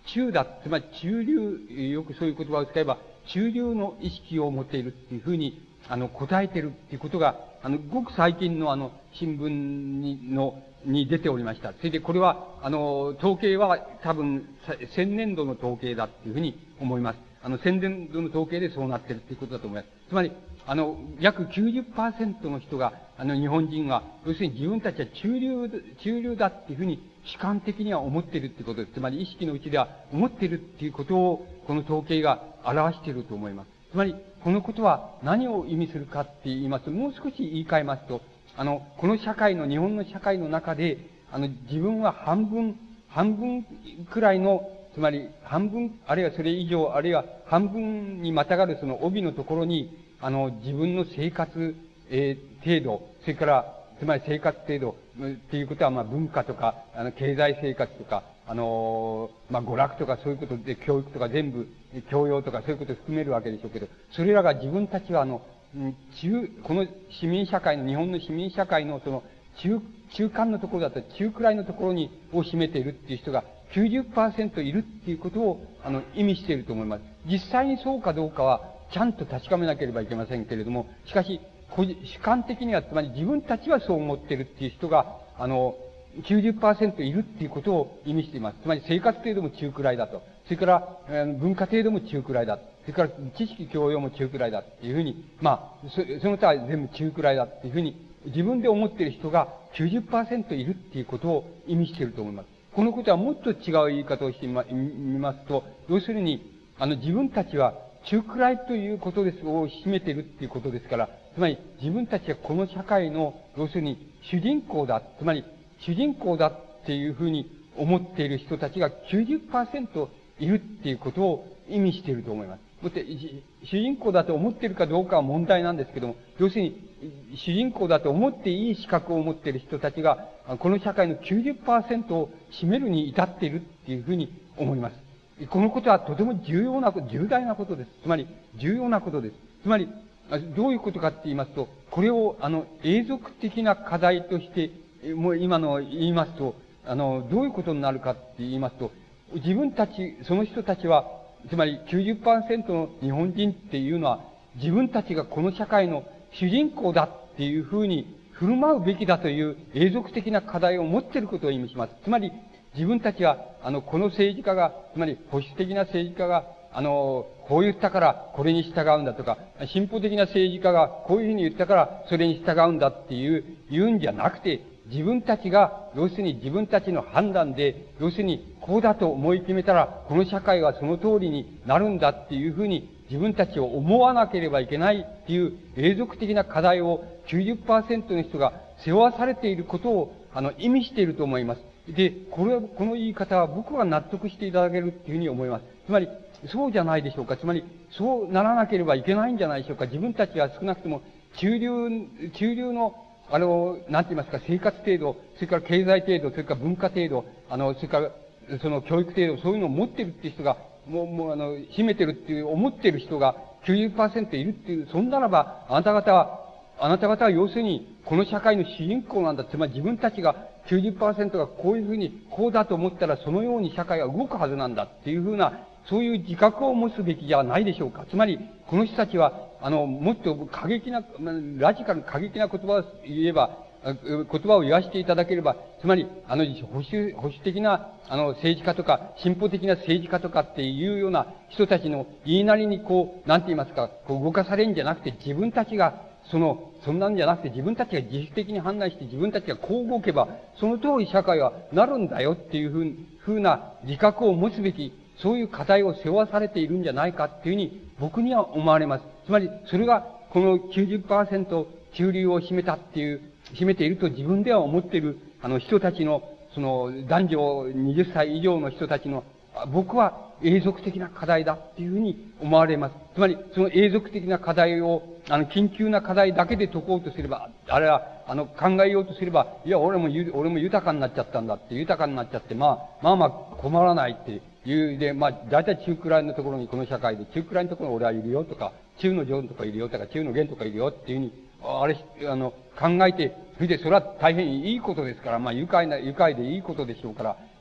[SPEAKER 1] 中だ、つまり中流、よくそういう言葉を使えば、中流の意識を持っているっていうふうに、あの、答えてるっていうことが、あの、ごく最近のあの、新聞に、の、に出ておりました。それでこれは、あの、統計は多分、千年度の統計だっていうふうに思います。あの、千年度の統計でそうなってるっていうことだと思います。つまり、あの、約 きゅうじゅっパーセント の人が、あの、日本人は、要するに自分たちは中流、中流だっていうふうに主観的には思っているっていうことです。つまり意識のうちでは思っているっていうことを、この統計が表していると思います。つまり、このことは何を意味するかって言いますと、もう少し言い換えますと、あの、この社会の、日本の社会の中で、あの、自分は半分、半分くらいの、つまり半分、あるいはそれ以上、あるいは半分にまたがるその帯のところに、あの、自分の生活、えー、程度、それから、つまり生活程度っていうことは、まあ文化とか、あの、経済生活とか、あのー、まあ、娯楽とかそういうことで、教育とか全部、教養とかそういうことを含めるわけでしょうけど、それらが自分たちはあの、中、この市民社会の、日本の市民社会のその、中、中間のところだったら中くらいのところに、を占めているっていう人が きゅうじゅっパーセント いるっていうことを、あの、意味していると思います。実際にそうかどうかは、ちゃんと確かめなければいけませんけれども、しかし、主観的には、つまり自分たちはそう思っているっていう人が、あの、きゅうじゅっパーセント いるっていうことを意味しています。つまり生活程度も中くらいだと。それから、えー、文化程度も中くらいだ。それから知識教養も中くらいだっていうふうに、まあ、そその他は全部中くらいだっていうふうに、自分で思っている人が きゅうじゅっパーセント いるっていうことを意味していると思います。このことはもっと違う言い方をしてみますと、要するに、あの、自分たちは中くらいということです、を占めているっていうことですから、つまり自分たちはこの社会の、要するに主人公だ。つまり、主人公だっていうふうに思っている人たちが きゅうじゅっパーセント いるっていうことを意味していると思います。もって、主人公だと思っているかどうかは問題なんですけども、要するに、主人公だと思っていい資格を持っている人たちが、この社会の きゅうじゅっパーセント を占めるに至っているっていうふうに思います。このことはとても重要な、重大なことです。つまり、重要なことです。つまり、どういうことかって言いますと、これを、あの、永続的な課題として、もう今の言いますと、あの、どういうことになるかって言いますと、自分たち、その人たちは、つまり きゅうじゅっパーセント の日本人っていうのは、自分たちがこの社会の主人公だっていうふうに振る舞うべきだという永続的な課題を持っていることを意味します。つまり、自分たちは、あの、この政治家が、つまり保守的な政治家が、あの、こう言ったからこれに従うんだとか、進歩的な政治家がこういうふうに言ったからそれに従うんだっていう、言うんじゃなくて、自分たちが、要するに自分たちの判断で、要するにこうだと思い決めたら、この社会はその通りになるんだっていうふうに自分たちを思わなければいけないっていう永続的な課題を きゅうじゅっパーセント の人が背負わされていることを、あの、意味していると思います。で、これは、この言い方は僕は納得していただけるっていうふうに思います。つまり、そうじゃないでしょうか。つまり、そうならなければいけないんじゃないでしょうか。自分たちは少なくとも、中流、中流の、あの、なんて言いますか、生活程度、それから経済程度、それから文化程度、あの、それから、その教育程度、そういうのを持ってるっていう人が、もう、もう、あの、秘めてるっていう、思ってる人が きゅうじゅっパーセント いるっていう、そんならば、あなた方は、あなた方は要するに、この社会の主人公なんだ。つまり自分たちが きゅうじゅっパーセント がこういうふうに、こうだと思ったら、そのように社会は動くはずなんだっていうふうな、そういう自覚を持つべきじゃないでしょうか。つまり、この人たちは、あの、もっと過激な、ラジカル、過激な言葉を言えば、言葉を言わせていただければ、つまり、あの、保守、保守的な、あの、政治家とか、進歩的な政治家とかっていうような人たちの言いなりにこう、なんて言いますか、こう動かされるんじゃなくて、自分たちが、その、そんなんじゃなくて自分たちが自主的に判断して自分たちがこう動けば、その通り社会はなるんだよっていうふうふうな自覚を持つべき、そういう課題を背負わされているんじゃないかっていうふうに僕には思われます。つまり、それがこの きゅうじゅっパーセント 中流を占めたっていう、占めていると自分では思っている、あの人たちの、その男女はたち以上の人たちの、僕は永続的な課題だっていうふうに思われます。つまり、その永続的な課題を、あの、緊急な課題だけで解こうとすれば、あれは、あの、考えようとすれば、いや、俺もゆ、俺も豊かになっちゃったんだって、豊かになっちゃって、まあ、まあまあ困らないっていう、で、まあ、大体中くらいのところに、この社会で、中くらいのところに俺はいるよとか、中の上とかいるよとか、中の下とかいるよっていうふうに、あれ、あの、考えて、それで、それは大変いいことですから、まあ、愉快な、愉快でいいことでしょうから、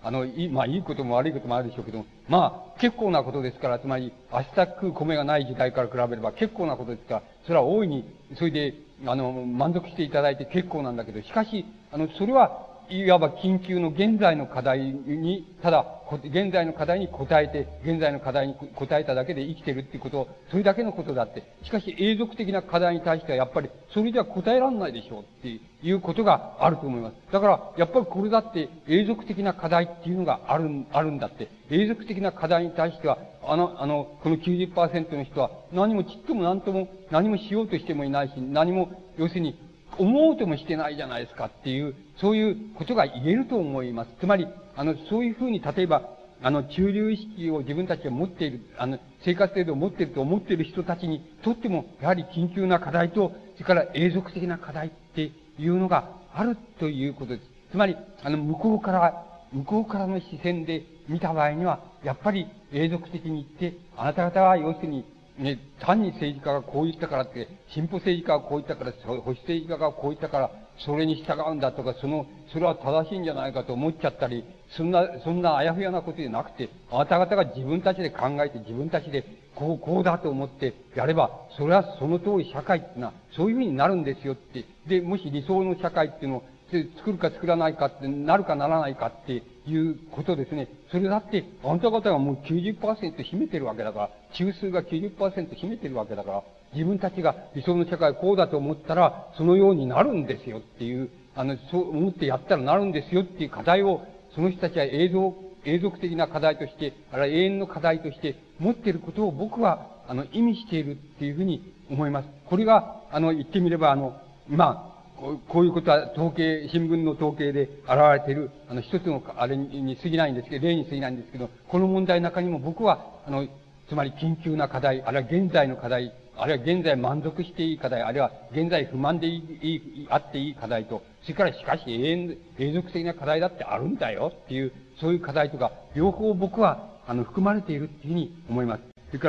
[SPEAKER 1] あの、いい、まあ、いいことも悪いこともあるでしょうけども、まあ、結構なことですから、つまり、明日食う米がない時代から比べれば結構なことですから、それは大いに、それで、あの、満足していただいて結構なんだけど、しかし、あの、それは、いわば緊急の現在の課題に、ただ、現在の課題に答えて、現在の課題に答えただけで生きてるっていうことを、それだけのことだって。しかし永続的な課題に対してはやっぱり、それでは答えられないでしょうっていうことがあると思います。だから、やっぱりこれだって永続的な課題っていうのがある、あるんだって。永続的な課題に対しては、あの、あの、このきゅうじゅっパーセントの人は何もちっとも何とも、何もしようとしてもいないし、何も、要するに、思うともしてないじゃないですかっていう、そういうことが言えると思います。つまり、あの、そういうふうに、例えば、あの、中流意識を自分たちが持っている、あの、生活制度を持っていると思っている人たちにとっても、やはり緊急な課題と、それから永続的な課題っていうのがあるということです。つまり、あの、向こうから、向こうからの視線で見た場合には、やっぱり永続的に言って、あなた方は要するに、ね、単に政治家がこう言ったからって、進歩政治家がこう言ったから、保守政治家がこう言ったから、それに従うんだとか、その、それは正しいんじゃないかと思っちゃったり、そんな、そんなあやふやなことじゃなくて、あなた方が自分たちで考えて、自分たちで、こう、こうだと思ってやれば、それはその通り社会ってのは、そういうふうになるんですよって。で、もし理想の社会っていうのを、作るか作らないかって、なるかならないかっていうことですね。それだって、あんた方がもう きゅうじゅっパーセント 占めてるわけだから、中枢が きゅうじゅっパーセント 占めてるわけだから、自分たちが理想の社会こうだと思ったら、そのようになるんですよっていう、あの、そう思ってやったらなるんですよっていう課題を、その人たちは永続、永続的な課題として、あるいは永遠の課題として持っていることを僕は、あの、意味しているっていうふうに思います。これが、あの、言ってみれば、あの、まあ、こういうことは統計、新聞の統計で現れている、あの、一つの、あれに過ぎないんですけど、例に過ぎないんですけど、この問題の中にも僕は、あの、つまり緊急な課題、あるいは現在の課題、あるいは現在満足していい課題、あるいは現在不満でいい、いいあっていい課題と、それからしかし永遠、永続的な課題だってあるんだよっていう、そういう課題とか、両方僕は、あの、含まれているっていうふうに思います。それから、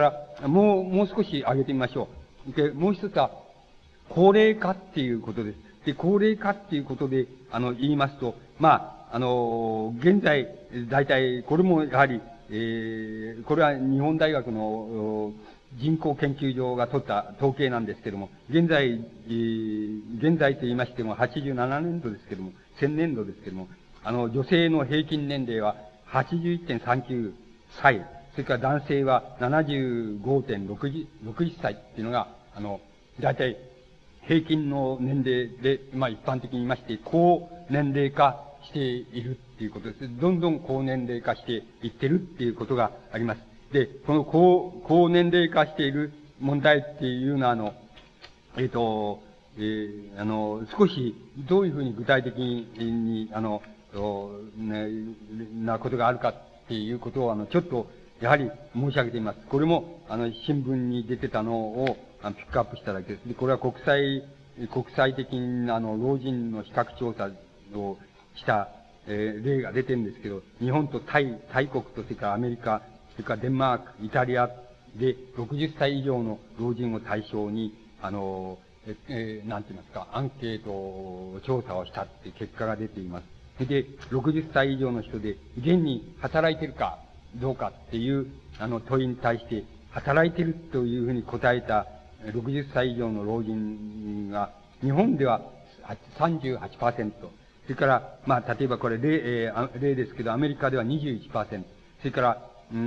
[SPEAKER 1] もう、もう少し挙げてみましょう。で、もう一つは、高齢化っていうことです。で、高齢化っていうことで、あの、言いますと、まあ、あの、現在、大体、これもやはり、えー、これは日本大学の人口研究所が取った統計なんですけども、現在、えー、現在と言いましても、はちじゅうななねんどですけども、せんねんどですけども、あの、女性の平均年齢は はちじゅういってんさんきゅうさい、それから男性は ななじゅうごてんろくじゅっさいっていうのが、あの、大体、平均の年齢で、まあ一般的に言いまして、高年齢化しているっていうことです。どんどん高年齢化していってるっていうことがあります。で、この高、高年齢化している問題っていうのは、あの、えっ、と、えー、あの、少しどういうふうに具体的に、あの、ね、なことがあるかっていうことを、あの、ちょっと、やはり申し上げています。これも、あの、新聞に出てたのを、あのピックアップしただけです。で、これは国際、国際的に、あの、老人の比較調査をした、えー、例が出てるんですけど、日本とタイ、タイ国と、それからアメリカ、それからデンマーク、イタリアで、ろくじゅっさい以上の老人を対象に、あの、え、えー、なんて言いますか、アンケート調査をしたっていう結果が出ています。それで、ろくじゅっさい以上の人で、現に働いてるかどうかっていう、あの、問いに対して、働いてるというふうに答えたろくじゅっさい以上の老人が、日本では さんじゅうはちパーセント。それから、まあ、例えばこれ例、えー、例ですけど、アメリカでは にじゅういちパーセント。それから、うん、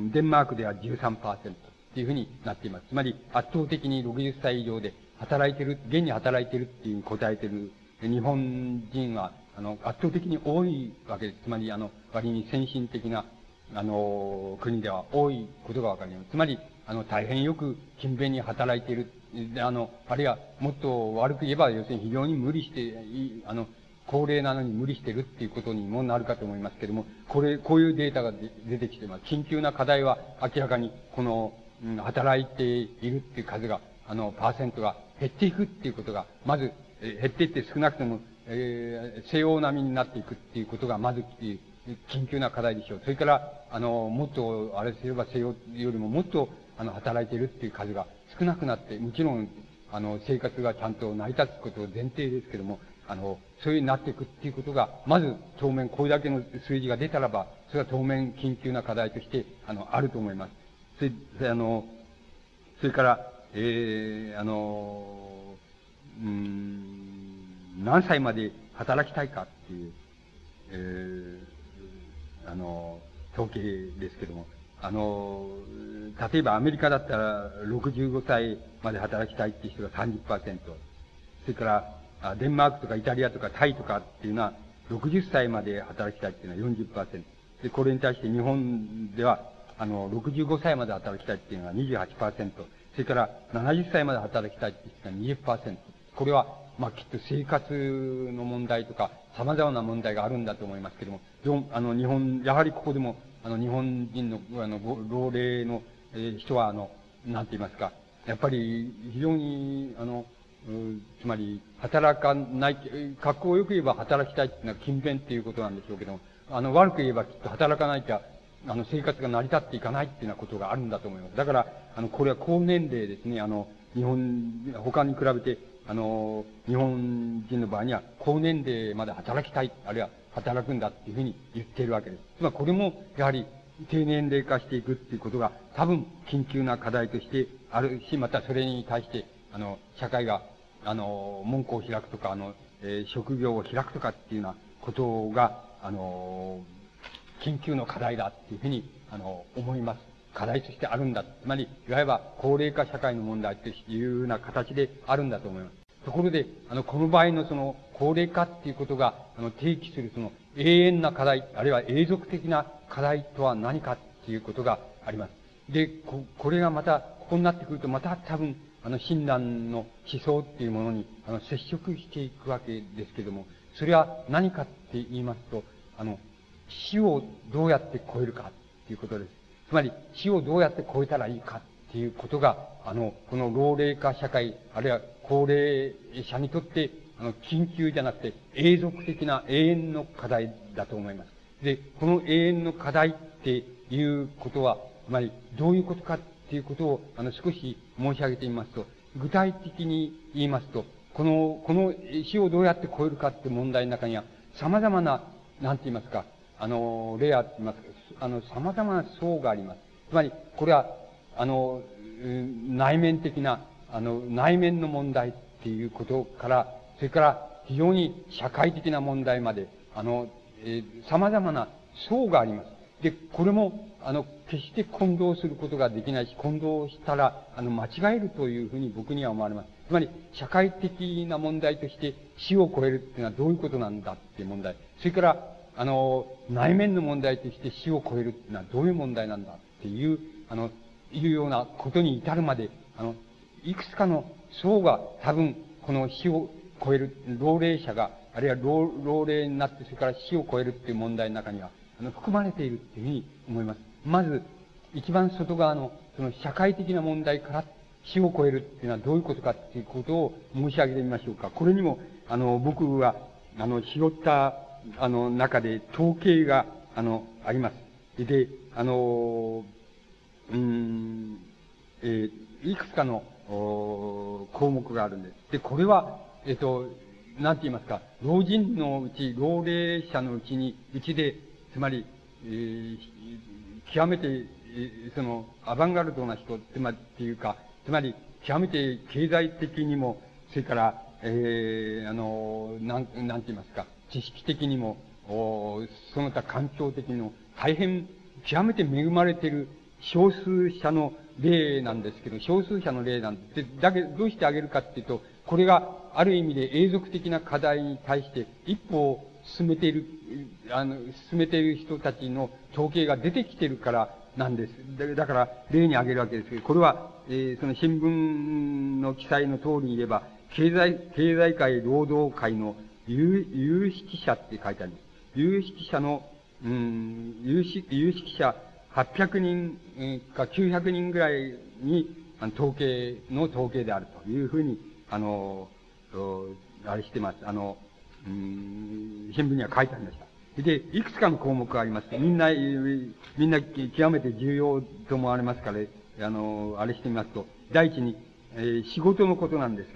[SPEAKER 1] デンマークでは じゅうさんパーセント。っていうふうになっています。つまり、圧倒的にろくじゅっさい以上で働いてる、現に働いてるっていうふうに答えてる日本人は、あの、圧倒的に多いわけです。つまり、あの、割に先進的な、あの、国では多いことがわかります。つまり、あの、大変よく勤勉に働いている。あの、あるいは、もっと悪く言えば、要するに非常に無理して、あの、高齢なのに無理してるっていうことにもなるかと思いますけれども、これ、こういうデータが出てきています。緊急な課題は明らかに、この、うん、働いているっていう数が、あの、パーセントが減っていくっていうことが、まず、え減っていって少なくとも、えー、西欧並みになっていくっていうことが、まず、緊急な課題でしょう。それから、あの、もっと、あれすれば西洋よりももっと、あの、働いているっていう数が少なくなって、もちろん、あの、生活がちゃんと成り立つことを前提ですけども、 あの、そういうになっていくっていうことが、まず当面これだけの数字が出たらば、それは当面緊急な課題として、あの、あると思います。それ、それあの、それから、えー、あの、うーん、何歳まで働きたいかっていう、えー、あの、統計ですけども、あの、例えばアメリカだったらろくじゅうごさいまで働きたいっていう人が さんじゅっパーセント。それから、デンマークとかイタリアとかタイとかっていうのは、ろくじゅっさいまで働きたいっていうのは よんじゅっパーセント。で、これに対して日本では、あの、ろくじゅうごさいまで働きたいっていうのは にじゅうはちパーセント。それから、ななじゅっさいまで働きたいっていう人が にじゅっパーセント。これは、まあ、きっと生活の問題とか、様々な問題があるんだと思いますけども、どあの、日本、やはりここでも、あの、日本人の、あの、老齢の、えー、人は、あの、なんて言いますか、やっぱり、非常に、あの、つまり、働かない、格好よく言えば働きたいっていうのは勤勉っていうことなんでしょうけども、あの、悪く言えばきっと働かなきゃ、あの、生活が成り立っていかないっていうようなことがあるんだと思います。だから、あの、これは高年齢ですね、あの、日本、他に比べて、あの、日本人の場合には、高年齢まで働きたい、あるいは働くんだっていうふうに言っているわけです。つまりこれも、やはり、低年齢化していくっていうことが、多分、緊急な課題としてあるし、またそれに対して、あの、社会が、あの、門戸を開くとか、あの、えー、職業を開くとかっていうようなことが、あの、緊急の課題だっていうふうに、あの、思います。課題としてあるんだ。つまり、いわゆる高齢化社会の問題というような形であるんだと思います。ところで、あの、この場合のその、高齢化っていうことが、あの、提起するその、永遠な課題、あるいは永続的な課題とは何かっていうことがあります。で、こ、これがまた、ここになってくると、また多分、あの、親鸞の思想っていうものに、あの、接触していくわけですけども、それは何かって言いますと、あの、死をどうやって超えるかっていうことです。つまり、死をどうやって超えたらいいかっていうことが、あの、この老齢化社会、あるいは高齢者にとって、あの、緊急じゃなくて、永続的な永遠の課題だと思います。で、この永遠の課題っていうことは、つまり、どういうことかっていうことを、あの、少し申し上げてみますと、具体的に言いますと、この、この死をどうやって超えるかって問題の中には、様々な、なんて言いますか、あの、レアって言いますか、あの、様々な層があります。つまり、これは、あの、内面的な、あの、内面の問題っていうことから、それから非常に社会的な問題まで、あの、えー、様々な層があります。で、これも、あの、決して混同することができないし、混同したら、あの、間違えるというふうに僕には思われます。つまり、社会的な問題として死を超えるっていうのはどういうことなんだっていう問題。それから、あの、内面の問題として死を超えるっていうのはどういう問題なんだっていう、あの、いうようなことに至るまで、あの、いくつかの層が多分、この死を超える、老齢者が、あるいは老、老齢になって、それから死を超えるっていう問題の中には、あの、含まれているっていうふうに思います。まず、一番外側の、その社会的な問題から死を超えるっていうのはどういうことかっていうことを申し上げてみましょうか。これにも、あの、僕は、あの、拾った、あの、中で統計が、あの、あります。で、あの、うーん、えー、いくつかの、項目があるんです。で、これは、えっと、なんて言いますか、老人のうち、老齢者のうちに、うちで、つまり、えー、極めて、えー、その、アバンガルドな人、つまり、っていうか、つまり、極めて経済的にも、それから、えー、あの、なん、なんて言いますか、知識的にも、おその他環境的にも、大変、極めて恵まれている少数者の例なんですけど、少数者の例なんで、だけど、どうしてあげるかっていうと、これがある意味で永続的な課題に対して一歩を進めている、あの、進めている人たちの統計が出てきているからなんです。だから、例に挙げるわけですけど、これは、えー、その新聞の記載の通りに言えば、経済、経済界労働界の有、有識者って書いてあります。有識者の、うん、有識、有識者はっぴゃくにんかきゅうひゃくにんぐらいに、あの、統計の統計であるというふうに、あの、あれしてます。あの、うん、新聞には書いてありました。で、いくつかの項目があります。みんな、みんな極めて重要と思われますから、あの、あれしてみますと、第一に、えー、仕事のことなんですけども、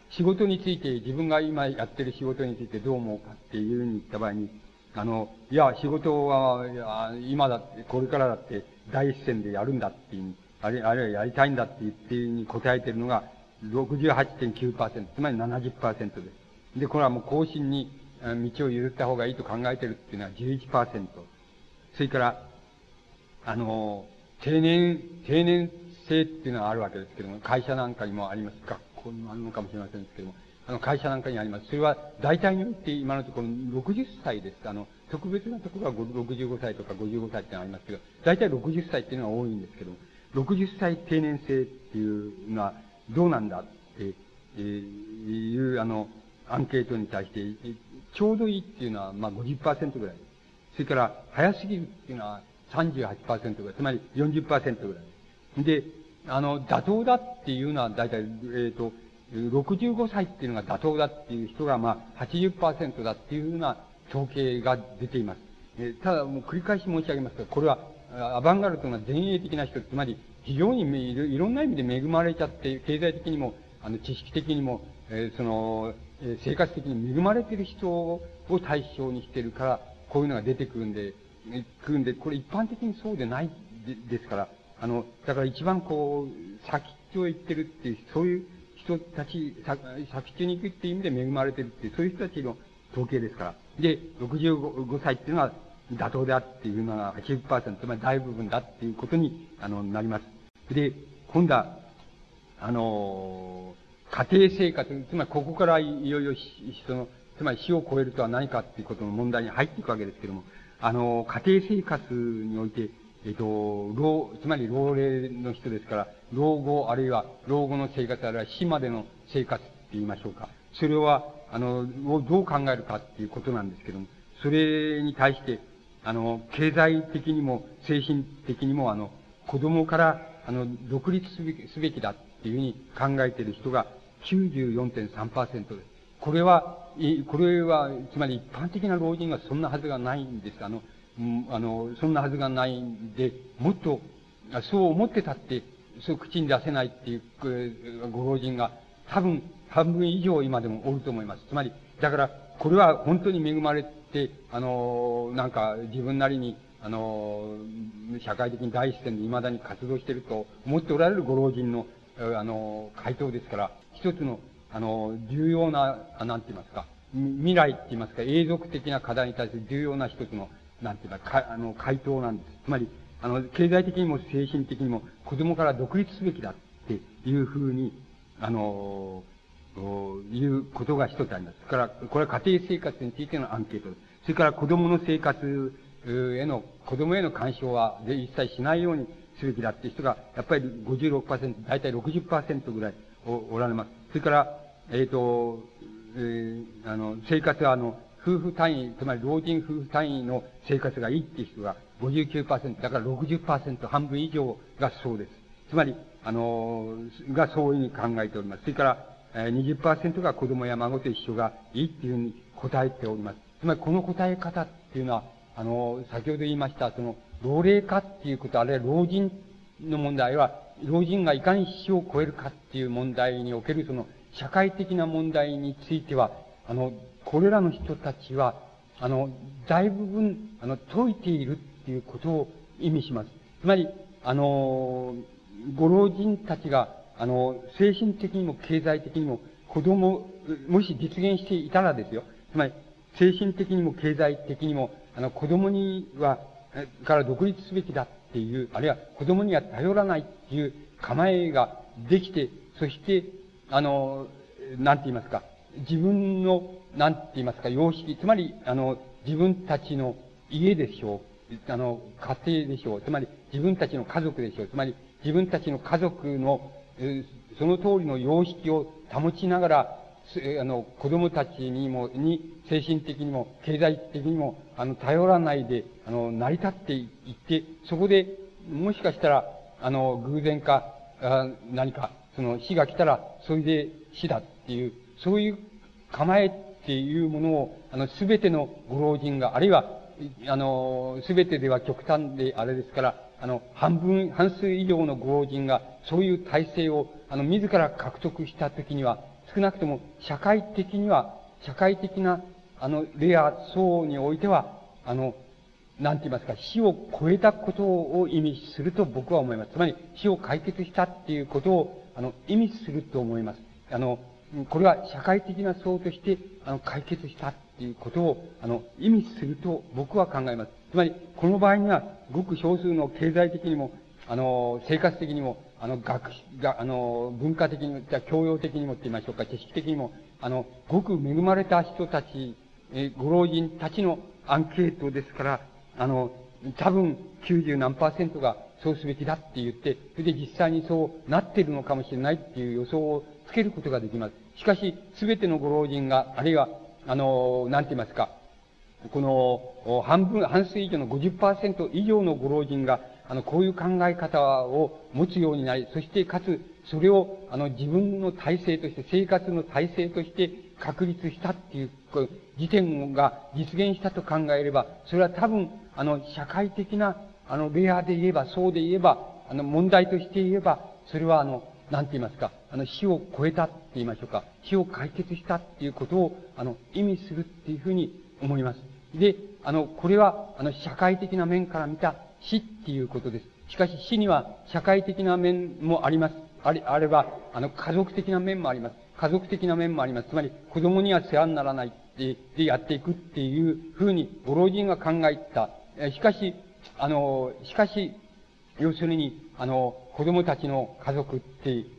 [SPEAKER 1] 仕事について、自分が今やってる仕事についてどう思うかっていうふうに言った場合に、あの、いや、仕事は、いや今だって、これからだって、第一線でやるんだっていう、あれ、あるいはやりたいんだって言っていうふうに答えてるのが、ろくじゅうはちてんきゅうパーセント、つまり ななじゅっパーセント です。で、これはもう後進に道を譲った方がいいと考えてるっていうのは じゅういちパーセント。それから、あの、定年、定年制っていうのはあるわけですけども、会社なんかにもあります。学校にもあるのかもしれませんけども、あの、会社なんかにあります。それは、大体において今のところろくじゅっさいです。あの、特別なところはろくじゅうごさいとかごじゅうごさいってのがありますけど、大体ろくじゅっさいっていうのが多いんですけども、ろくじゅっさい定年制っていうのはどうなんだって、えー、いう、あの、アンケートに対して、ちょうどいいっていうのは、まあ、ごじゅっパーセントぐらい。それから、早すぎるっていうのは さんじゅうはちパーセントぐらい。つまり よんじゅっパーセントぐらい。で、あの、妥当だっていうのは、だいたい、えっ、ー、と、ろくじゅうごさいっていうのが妥当だっていう人が、まあ、はちじゅっパーセントだっていうふうな統計が出ています。えー、ただ、もう繰り返し申し上げますが、これは、アバンガルドが前衛的な人、つまり、非常にいろんな意味で恵まれちゃって、経済的にも、あの、知識的にも、えー、その、えー、生活的に恵まれている人を対象にしてるから、こういうのが出てくるんで、くるんで、これ一般的にそうでないでですから、あの、だから一番こう、先っちょへ行ってるっていう、そういう人たち、先っちょに行くっていう意味で恵まれてるっていう、そういう人たちの統計ですから。で、ろくじゅうごさいっていうのは妥当であっていうのが はちじゅっパーセント、つまり大部分だっていうことに、あの、なります。で、今度は、あの、家庭生活、つまりここからいよいよその、つまり死を超えるとは何かっていうことの問題に入っていくわけですけども、あの、家庭生活において、えっと、老、つまり老齢の人ですから、老後、あるいは老後の生活、あるいは死までの生活って言いましょうか。それは、あの、をどう考えるかっていうことなんですけども、それに対して、あの、経済的にも精神的にも、あの、子供から、あの、独立すべき、すべきだっていうふうに考えている人が きゅうじゅうよんてんさんパーセント です。これは、これは、つまり一般的な老人はそんなはずがないんです。あの、うん、あの、そんなはずがないんで、もっと、そう思ってたって、そう口に出せないっていうご老人が多分半分以上今でもおると思います。つまり、だから、これは本当に恵まれて、あの、なんか自分なりに、あの、社会的に第一線で未だに活動していると思っておられるご老人の、あの、回答ですから、一つの、あの、重要な、なんて言いますか、未来って言いますか、永続的な課題に対する重要な一つの、なんていうか、か、あの、回答なんです。つまり、あの、経済的にも精神的にも子供から独立すべきだっていうふうに、あの、いうことが一つあります。それから、これは家庭生活についてのアンケートです。それから子供の生活への、子供への干渉は一切しないようにすべきだっていう人が、やっぱり ごじゅうろくパーセント、大体 ろくじゅっパーセント ぐらいおおられます。それから、えっ、ー、と、えー、あの、生活はあの、夫婦単位、つまり老人夫婦単位の生活がいいっていう人が ごじゅうきゅうパーセント、だから ろくじゅっパーセント、半分以上がそうです。つまり、あの、がそういうふうに考えております。それから、えー、にじゅっパーセント が子供や孫と一緒がいいっていうふうに答えております。つまり、この答え方っていうのは、あの、先ほど言いました、その、老齢化っていうこと、あるいは老人の問題は、老人がいかに死を超えるかっていう問題における、その、社会的な問題については、あの、これらの人たちは、あの、大部分、あの、解いているっていうことを意味します。つまり、あの、ご老人たちが、あの、精神的にも経済的にも子供、もし実現していたらですよ。つまり、精神的にも経済的にも、あの、子供には、から独立すべきだっていう、あるいは子供には頼らないっていう構えができて、そして、あの、なんて言いますか、自分の、なんて言いますか、様式、つまり、あの、自分たちの家でしょう。あの、家庭でしょう。つまり、自分たちの家族でしょう。つまり、自分たちの家族の、その通りの様式を保ちながら、あの、子供たちにも、に、精神的にも、経済的にも、あの、頼らないで、あの、成り立っていって、そこで、もしかしたら、あの、偶然か、あ何か、その死が来たら、それで死だっていう、そういう構えっていうものを、あの、すべてのご老人が、あるいは、あの、すべてでは極端であれですから、あの、半分、半数以上のご老人が、そういう体制を、あの、自ら獲得したときには、 少なくとも社会的には、社会的な、あの、レア層においては、あの、なんて言いますか、死を超えたことを意味すると僕は思います。つまり、死を解決したっていうことを、あの、意味すると思います。あの、これは社会的な層として、あの、解決したっていうことを、あの、意味すると僕は考えます。つまり、この場合には、ごく少数の経済的にも、あの、生活的にも、あの、学、が、あの、文化的にも、じゃ教養的にもって言いましょうか、知識的にも、あの、ごく恵まれた人たち、え、ご老人たちのアンケートですから、あの、多分、きゅうじゅう何パーセントがそうすべきだって言って、それで実際にそうなっているのかもしれないっていう予想をつけることができます。しかし、すべてのご老人が、あるいは、あの、なんて言いますか、この、半分、半数以上の ごじゅっパーセント 以上のご老人が、あの、こういう考え方を持つようになり、そしてかつ、それを、あの、自分の体制として、生活の体制として確立したっていう、時点が実現したと考えれば、それは多分、あの、社会的な、あの、レアで言えば、そうで言えば、あの、問題として言えば、それはあの、なんて言いますか、あの、死を超えたって言いましょうか、死を解決したっていうことを、あの、意味するっていうふうに思います。で、あの、これは、あの、社会的な面から見た死っていうことです。しかし死には社会的な面もあります。あれ、あれば、あの、家族的な面もあります。家族的な面もあります。つまり、子供には世話にならないで、でやっていくっていうふうに、ご老人が考えた。しかし、あの、しかし、要するに、あの、子供たちの家族っていう、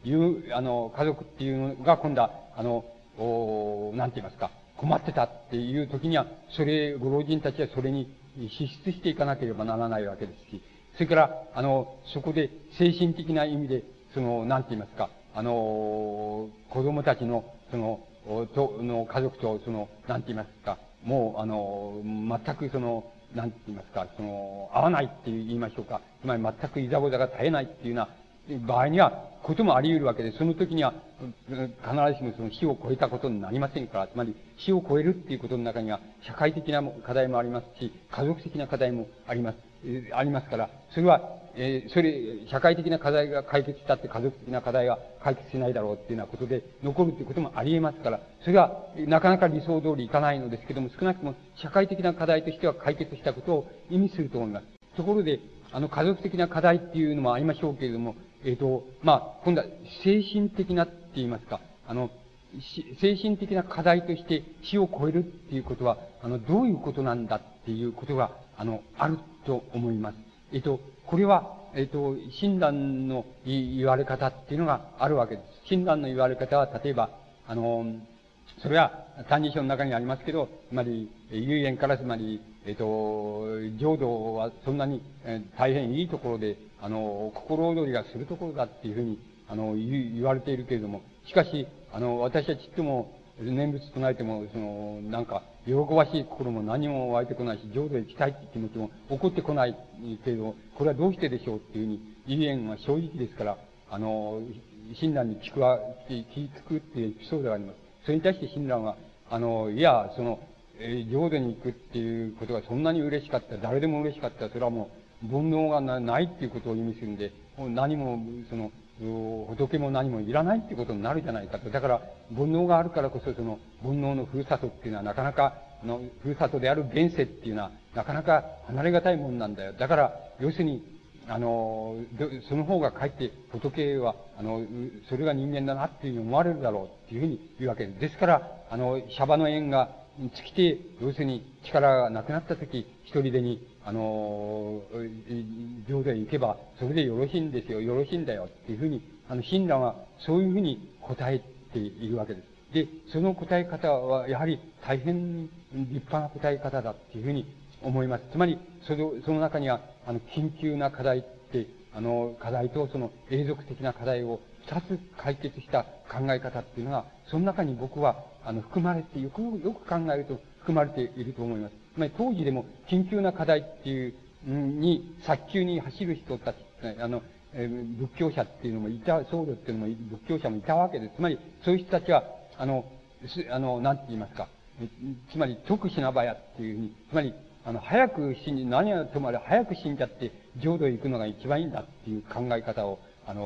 [SPEAKER 1] あの、家族っていうのが今度は、あの、おなんて言いますか、困ってたっていう時には、それ、ご老人たちはそれに支出していかなければならないわけですし、それから、あの、そこで精神的な意味で、その、なんて言いますか、あの、子供たちの、その、と、の家族と、その、なんて言いますか、もう、あの、全くその、なんて言いますか、その、合わないって言いましょうか。つまり全くいざこざが絶えないっていうような場合には、こともあり得るわけで、その時には、必ずしもその死を超えたことになりませんから、つまり死を超えるっていうことの中には、社会的な課題もありますし、家族的な課題もあります、えー、ありますから、それは、えー、それ、社会的な課題が解決したって家族的な課題が解決しないだろうっていうようなことで残るっていうこともあり得ますから、それはなかなか理想通りいかないのですけども、少なくとも社会的な課題としては解決したことを意味すると思います。ところで、あの、家族的な課題っていうのもありましょうけれども、えっ、ー、と、まあ、今度は精神的なって言いますか、あの、精神的な課題として死を超えるっていうことは、あの、どういうことなんだっていうことが、あの、あると思います。えっ、ー、と、これは、えっ、ー、と、親鸞の言われ方っていうのがあるわけです。親鸞の言われ方は、例えば、あの、それは、歎異抄の中にありますけど、つまり、唯円からつまり、えっ、と、浄土はそんなに、えー、大変いいところで、あの、心躍りがするところだっていうふうに、あの、言, 言われているけれども、しかし、あの、私はちっとも、念仏唱えても、その、なんか、喜ばしい心も何も湧いてこないし、浄土へ行きたいって気持ちも起こってこないけれど、これはどうしてでしょうっていうふうに、唯円は正直ですから、あの、親鸞に聞くは、聞くっていうエピソードがあります。それに対して親鸞は、あの、いや、その、えー、浄土に行くっていうことがそんなに嬉しかったら、誰でも嬉しかったら、それはもう、煩悩が な, ないっていうことを意味するんで、何も、その、仏も何もいらないっていうことになるじゃないかと。だから、煩悩があるからこそ、その、煩悩のふるさとっていうのは、なかなか、の、ふるさとである現世っていうのは、なかなか離れがたいもんなんだよ。だから、要するに、あの、その方がかえって仏は、あの、それが人間だなっていうふうに思われるだろうっていうふうに言うわけです。ですから、あの、シャバの縁が尽きて、要するに力がなくなったとき、一人でに、あの、浄土へ行けば、それでよろしいんですよ、よろしいんだよっていうふうに、あの、親鸞はそういうふうに答えているわけです。で、その答え方は、やはり大変立派な答え方だっていうふうに思います。つまり、その、その中には、あの、緊急な課題って、あの、課題とその永続的な課題を二つ解決した考え方っていうのが、その中に僕は、あの、含まれて、よく、よく考えると含まれていると思います。つまり、当時でも緊急な課題っていう、に、早急に走る人たち、あの、えー、仏教者っていうのもいた、僧侶っていうのも、仏教者もいたわけです。つまり、そういう人たちは、あの、あの、なんて言いますか、つまり、得しなばやっていうふうに、つまり、あの、早く死に、何はともあれ早く死んじゃって、浄土へ行くのが一番いいんだっていう考え方を、あの、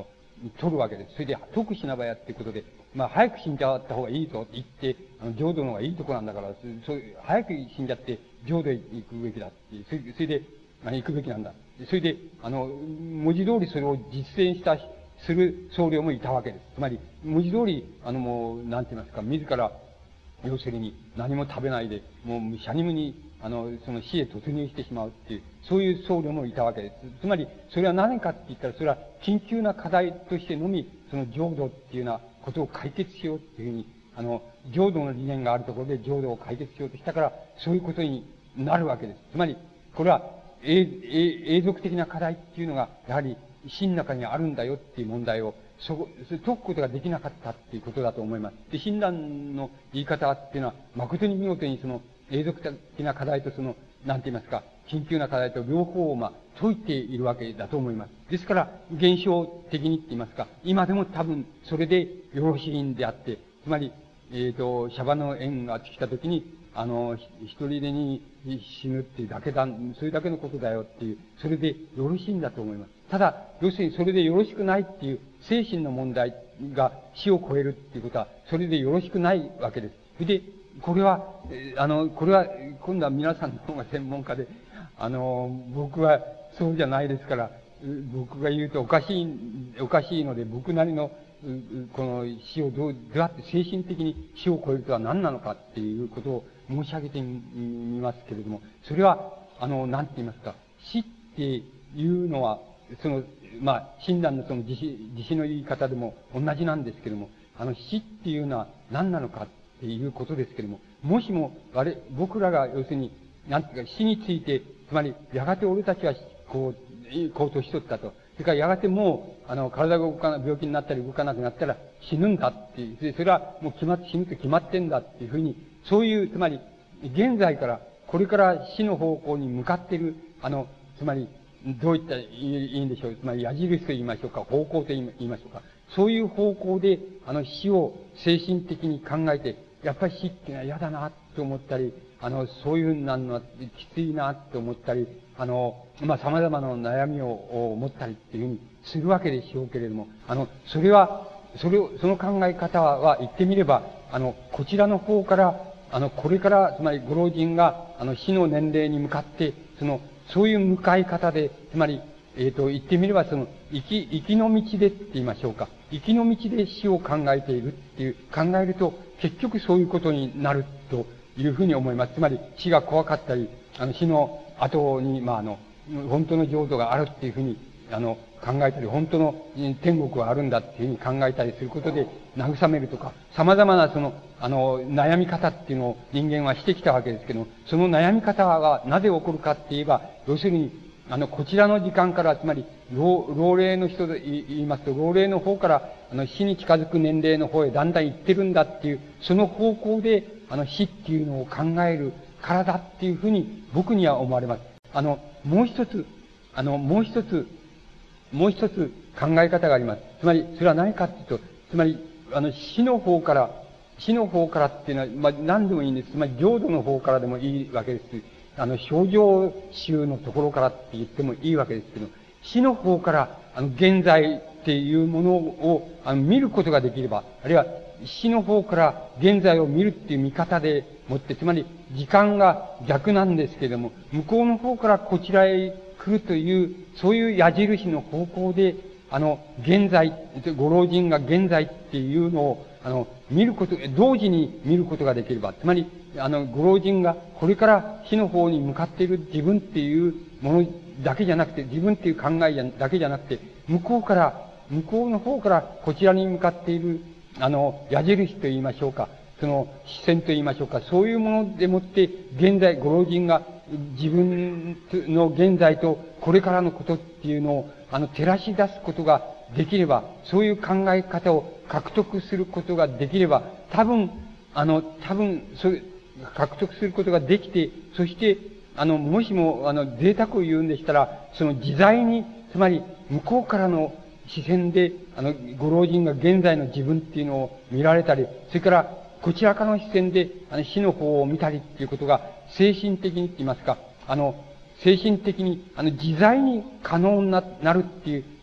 [SPEAKER 1] 取るわけです。それで、得しなばやっていうことで、まあ、早く死んじゃった方がいいと言って、あの、浄土の方がいいとこなんだから、そういう、早く死んじゃって浄土へ行くべきだっていう、それそれで、まあ、行くべきなんだ。それで、あの、文字通りそれを実践した、する僧侶もいたわけです。つまり、文字通り、あの、もう、なんて言いますか、自ら、要するに何も食べないで、もう、シャニムに、あの、その死へ突入してしまうっていう、そういう僧侶もいたわけです。つまり、それは何かって言ったら、それは緊急な課題としてのみ、その浄土っていうようなことを解決しようっていうふうに、あの、浄土の理念があるところで浄土を解決しようとしたから、そういうことになるわけです。つまり、これは、永、永続的な課題っていうのが、やはり、死の中にあるんだよっていう問題を、そこ、解くことができなかったっていうことだと思います。で、親鸞の言い方っていうのは、誠に見事にその、永続的な課題とその、なんて言いますか、緊急な課題と両方を、まあ、解いているわけだと思います。ですから、現象的にって言いますか、今でも多分、それでよろしいんであって、つまり、えっ、と、シャバの縁が来た時に、あの、一人でに死ぬっていうだけだ、それだけのことだよっていう、それでよろしいんだと思います。ただ、要するにそれでよろしくないっていう精神の問題が死を超えるっていうことは、それでよろしくないわけです。それで、これは、あの、これは、今度は皆さんの方が専門家で、あの、僕はそうじゃないですから、僕が言うとおかしい、おかしいので、僕なりの、この死をどう、どうやって精神的に死を超えるとは何なのかっていうことを申し上げてみますけれども、それは、あの、なんて言いますか、死っていうのは、その、まあ、親鸞のその自死、自死の言い方でも同じなんですけれども、あの死っていうのは何なのかっていうことですけれども、もしも、あれ、僕らが要するに、なんていうか死について、つまり、やがて俺たちは、こう、こう年取ったと。それからやがてもう、あの、体が動かな、病気になったり動かなくなったら死ぬんだっていう。それはもう決まって、死ぬと決まってんだっていうふうに、そういう、つまり、現在から、これから死の方向に向かっている、あの、つまり、どういったらいいんでしょう。つまり、矢印と言いましょうか、方向と言いましょうか。そういう方向で、あの、死を精神的に考えて、やっぱり死っていうのは嫌だなと思ったり、あの、そういうふうになるのはきついなって思ったり、あの、まあ、様々な悩みを持ったりっていうふうにするわけでしょうけれども、あの、それは、それを、その考え方は言ってみれば、あの、こちらの方から、あの、これから、つまりご老人が、あの、死の年齢に向かって、その、そういう向かい方で、つまり、えっ、と、言ってみれば、その、生き、生きの道でって言いましょうか。生きの道で死を考えているっていう、考えると、結局そういうことになるというふうに思います。つまり、死が怖かったり、あの、死の後に、まあ、あの、本当の浄土があるっていうふうに、あの、考えたり、本当の天国はあるんだっていうふうに考えたりすることで慰めるとか、様々なその、あの、悩み方っていうのを人間はしてきたわけですけど、その悩み方はなぜ起こるかって言えば、要するに、あの、こちらの時間から、つまり、老、老齢の人で言いますと、老齢の方から、あの、死に近づく年齢の方へだんだん行ってるんだっていう、その方向で、あの、死っていうのを考えるからだっていうふうに、僕には思われます。あの、もう一つ、あの、もう一つ、もう一つ考え方があります。つまり、それは何かっていうと、つまり、あの、死の方から、死の方からっていうのは、まあ、何でもいいんです。つまり、浄土の方からでもいいわけです。あの、症状集のところからって言ってもいいわけですけど、死の方から、あの、現在っていうものを、あの、見ることができれば、あるいは、死の方から現在を見るっていう見方でもって、つまり、時間が逆なんですけれども、向こうの方からこちらへ来るという、そういう矢印の方向で、あの、現在、ご老人が現在っていうのを、あの、見ること、同時に見ることができれば、つまり、あの、ご老人がこれから死の方に向かっている自分っていうものだけじゃなくて、自分っていう考えだけじゃなくて、向こうから、向こうの方からこちらに向かっている、あの、矢印と言いましょうか、その視線と言いましょうか、そういうものでもって、現在、ご老人が自分の現在とこれからのことっていうのを、あの、照らし出すことができれば、そういう考え方を獲得することができれば、多分、あの、多分、そういう、獲得することができて、そして、あの、もしも、あの、贅沢を言うんでしたら、その自在に、つまり、向こうからの視線で、あの、ご老人が現在の自分っていうのを見られたり、それから、こちらからの視線で、あの、死の方を見たりっていうことが、精神的にって言いますか、あの、精神的に、あの、自在に可能にな、なるっていう、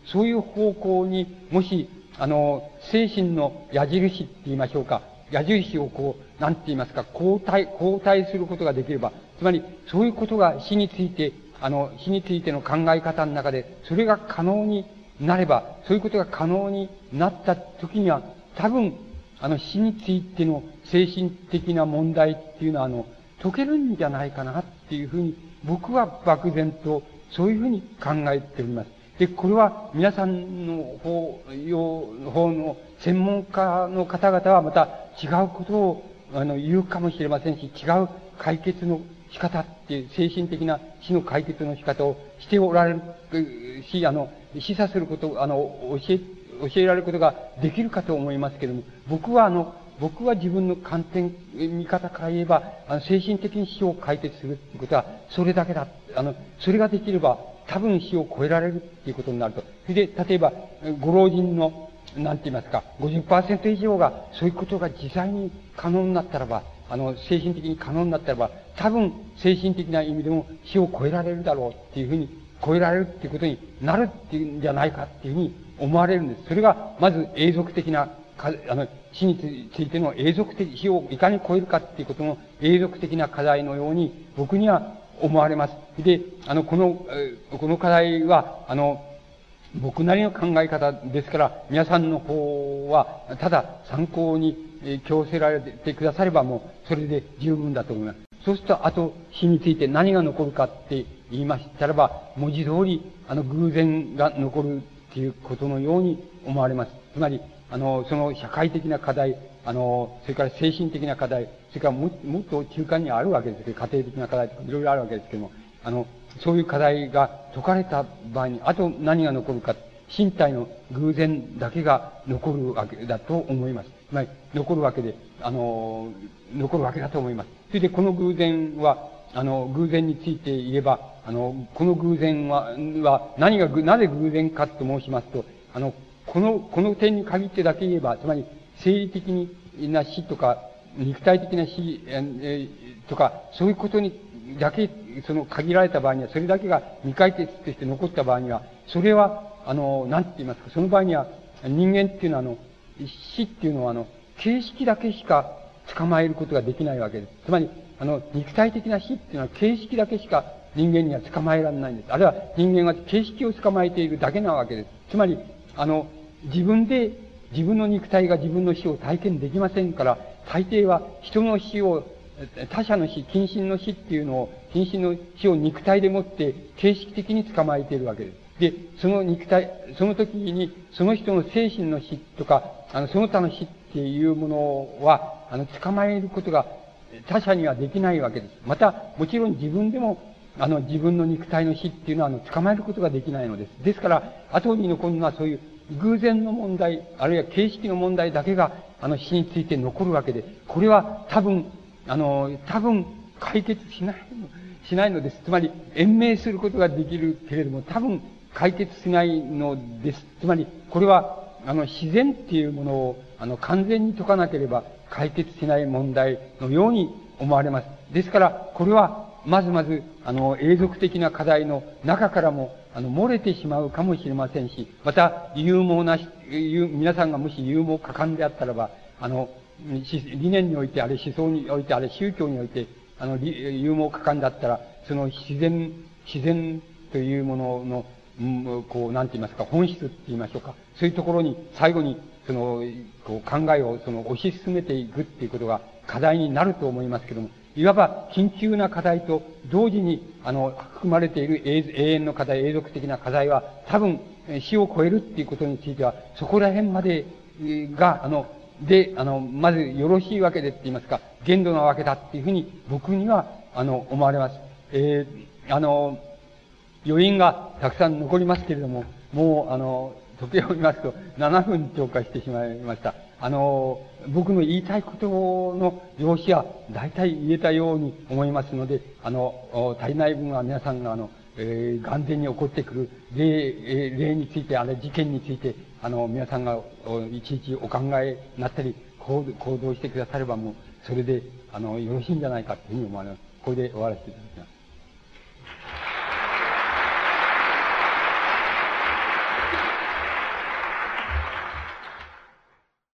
[SPEAKER 1] そういう方向に、もし、あの、精神の矢印って言いましょうか、矢印をこう、なんて言いますか、交代、交代することができれば、つまり、そういうことが死について、あの、死についての考え方の中で、それが可能になれば、そういうことが可能になった時には、多分、あの、死についての精神的な問題っていうのは、あの、解けるんじゃないかなっていうふうに、僕は漠然と、そういうふうに考えております。で、これは皆さんの方、方の専門家の方々はまた違うことを、あの、言うかもしれませんし、違う解決の仕方っていう、精神的な死の解決の仕方をしておられるし、あの、示唆すること、あの、教え、教えられることができるかと思いますけれども、僕はあの、僕は自分の観点、見方から言えば、あの、精神的に死を解決するっていうことは、それだけだ。あの、それができれば、多分死を超えられるっていうことになると。それで、例えば、ご老人の、なんて言いますか、ごじゅっパーセント以上が、そういうことが実際に可能になったらば、あの、精神的に可能になったらば、多分、精神的な意味でも死を超えられるだろうっていうふうに、超えられるっていうことになるっていうんじゃないかっていうふうに思われるんです。それが、まず永続的な、かあの、死についての永続的、死をいかに超えるかっていうことの永続的な課題のように、僕には思われます。で、あの、この、この課題は、あの、僕なりの考え方ですから、皆さんの方は、ただ参考に強制られてくださればもう、それで十分だと思います。そうすると、あと、死について何が残るかって言いましたらば、文字通り、あの、偶然が残るっていうことのように思われます。つまり、あの、その社会的な課題、あの、それから精神的な課題、それからももっと中間にあるわけですけど、家庭的な課題とかいろいろあるわけですけども、あの、そういう課題が解かれた場合に、あと何が残るか、身体の偶然だけが残るわけだと思います。つまり、残るわけで、あの、残るわけだと思います。それで、この偶然は、あの、偶然について言えば、あの、この偶然は、は何が、なぜ偶然かと申しますと、あの、この、この点に限ってだけ言えば、つまり、生理的な死とか、肉体的な死、えー、とか、そういうことにだけ、その限られた場合には、それだけが未解決として残った場合には、それは、あの、なんて言いますか、その場合には、人間っていうのは、あの、死っていうのは、あの、形式だけしか捕まえることができないわけです。つまり、あの、肉体的な死っていうのは形式だけしか人間には捕まえられないんです。あるいは人間は形式を捕まえているだけなわけです。つまり、あの、自分で、自分の肉体が自分の死を体験できませんから、大抵は人の死を、他者の死、近親の死っていうのを、近親の死を肉体でもって形式的に捕まえているわけです。で、その肉体、その時に、その人の精神の死とか、あの、その他の死っていうものは、あの、捕まえることが他者にはできないわけです。また、もちろん自分でも、あの、自分の肉体の死っていうのは、あの、捕まえることができないのです。ですから、後に残るのはそういう偶然の問題、あるいは形式の問題だけが、あの、死について残るわけで、これは多分、あの、多分、解決しない、しないのです。つまり、延命することができるけれども、多分、解決しないのです。つまり、これは、あの、自然っていうものを、あの、完全に解かなければ解決しない問題のように思われます。ですから、これは、まずまず、あの、永続的な課題の中からも、あの、漏れてしまうかもしれませんし、また、勇猛な、皆さんがもし勇猛果敢であったらば、あの、理念において、あれ思想において、あれ宗教において、あの、勇猛果敢だったら、その自然、自然というものの、うん、こう、なんて言いますか、本質って言いましょうか。そういうところに、最後に、その、こう、考えを、その、推し進めていくっていうことが課題になると思いますけども、いわば、緊急な課題と同時に、あの、含まれている永遠の課題、永続的な課題は、多分、死を超えるっていうことについては、そこら辺までが、あの、で、あの、まずよろしいわけでって言いますか、限度なわけだっていうふうに、僕には、あの、思われます。えー、あの、余韻がたくさん残りますけれども、もう、あの、時計を見ますと、ななふん超過してしまいました。あの、僕の言いたいことの用紙は、大体言えたように思いますので、あの、足りない分は皆さんが、あの、えー、眼前に起こってくる例、例について、あれ、事件について、あの、皆さんが、いちいちお考えになったり、行動してくだされば、もう、それで、あの、よろしいんじゃないかというふうに思われます。これで終わらせていただきます。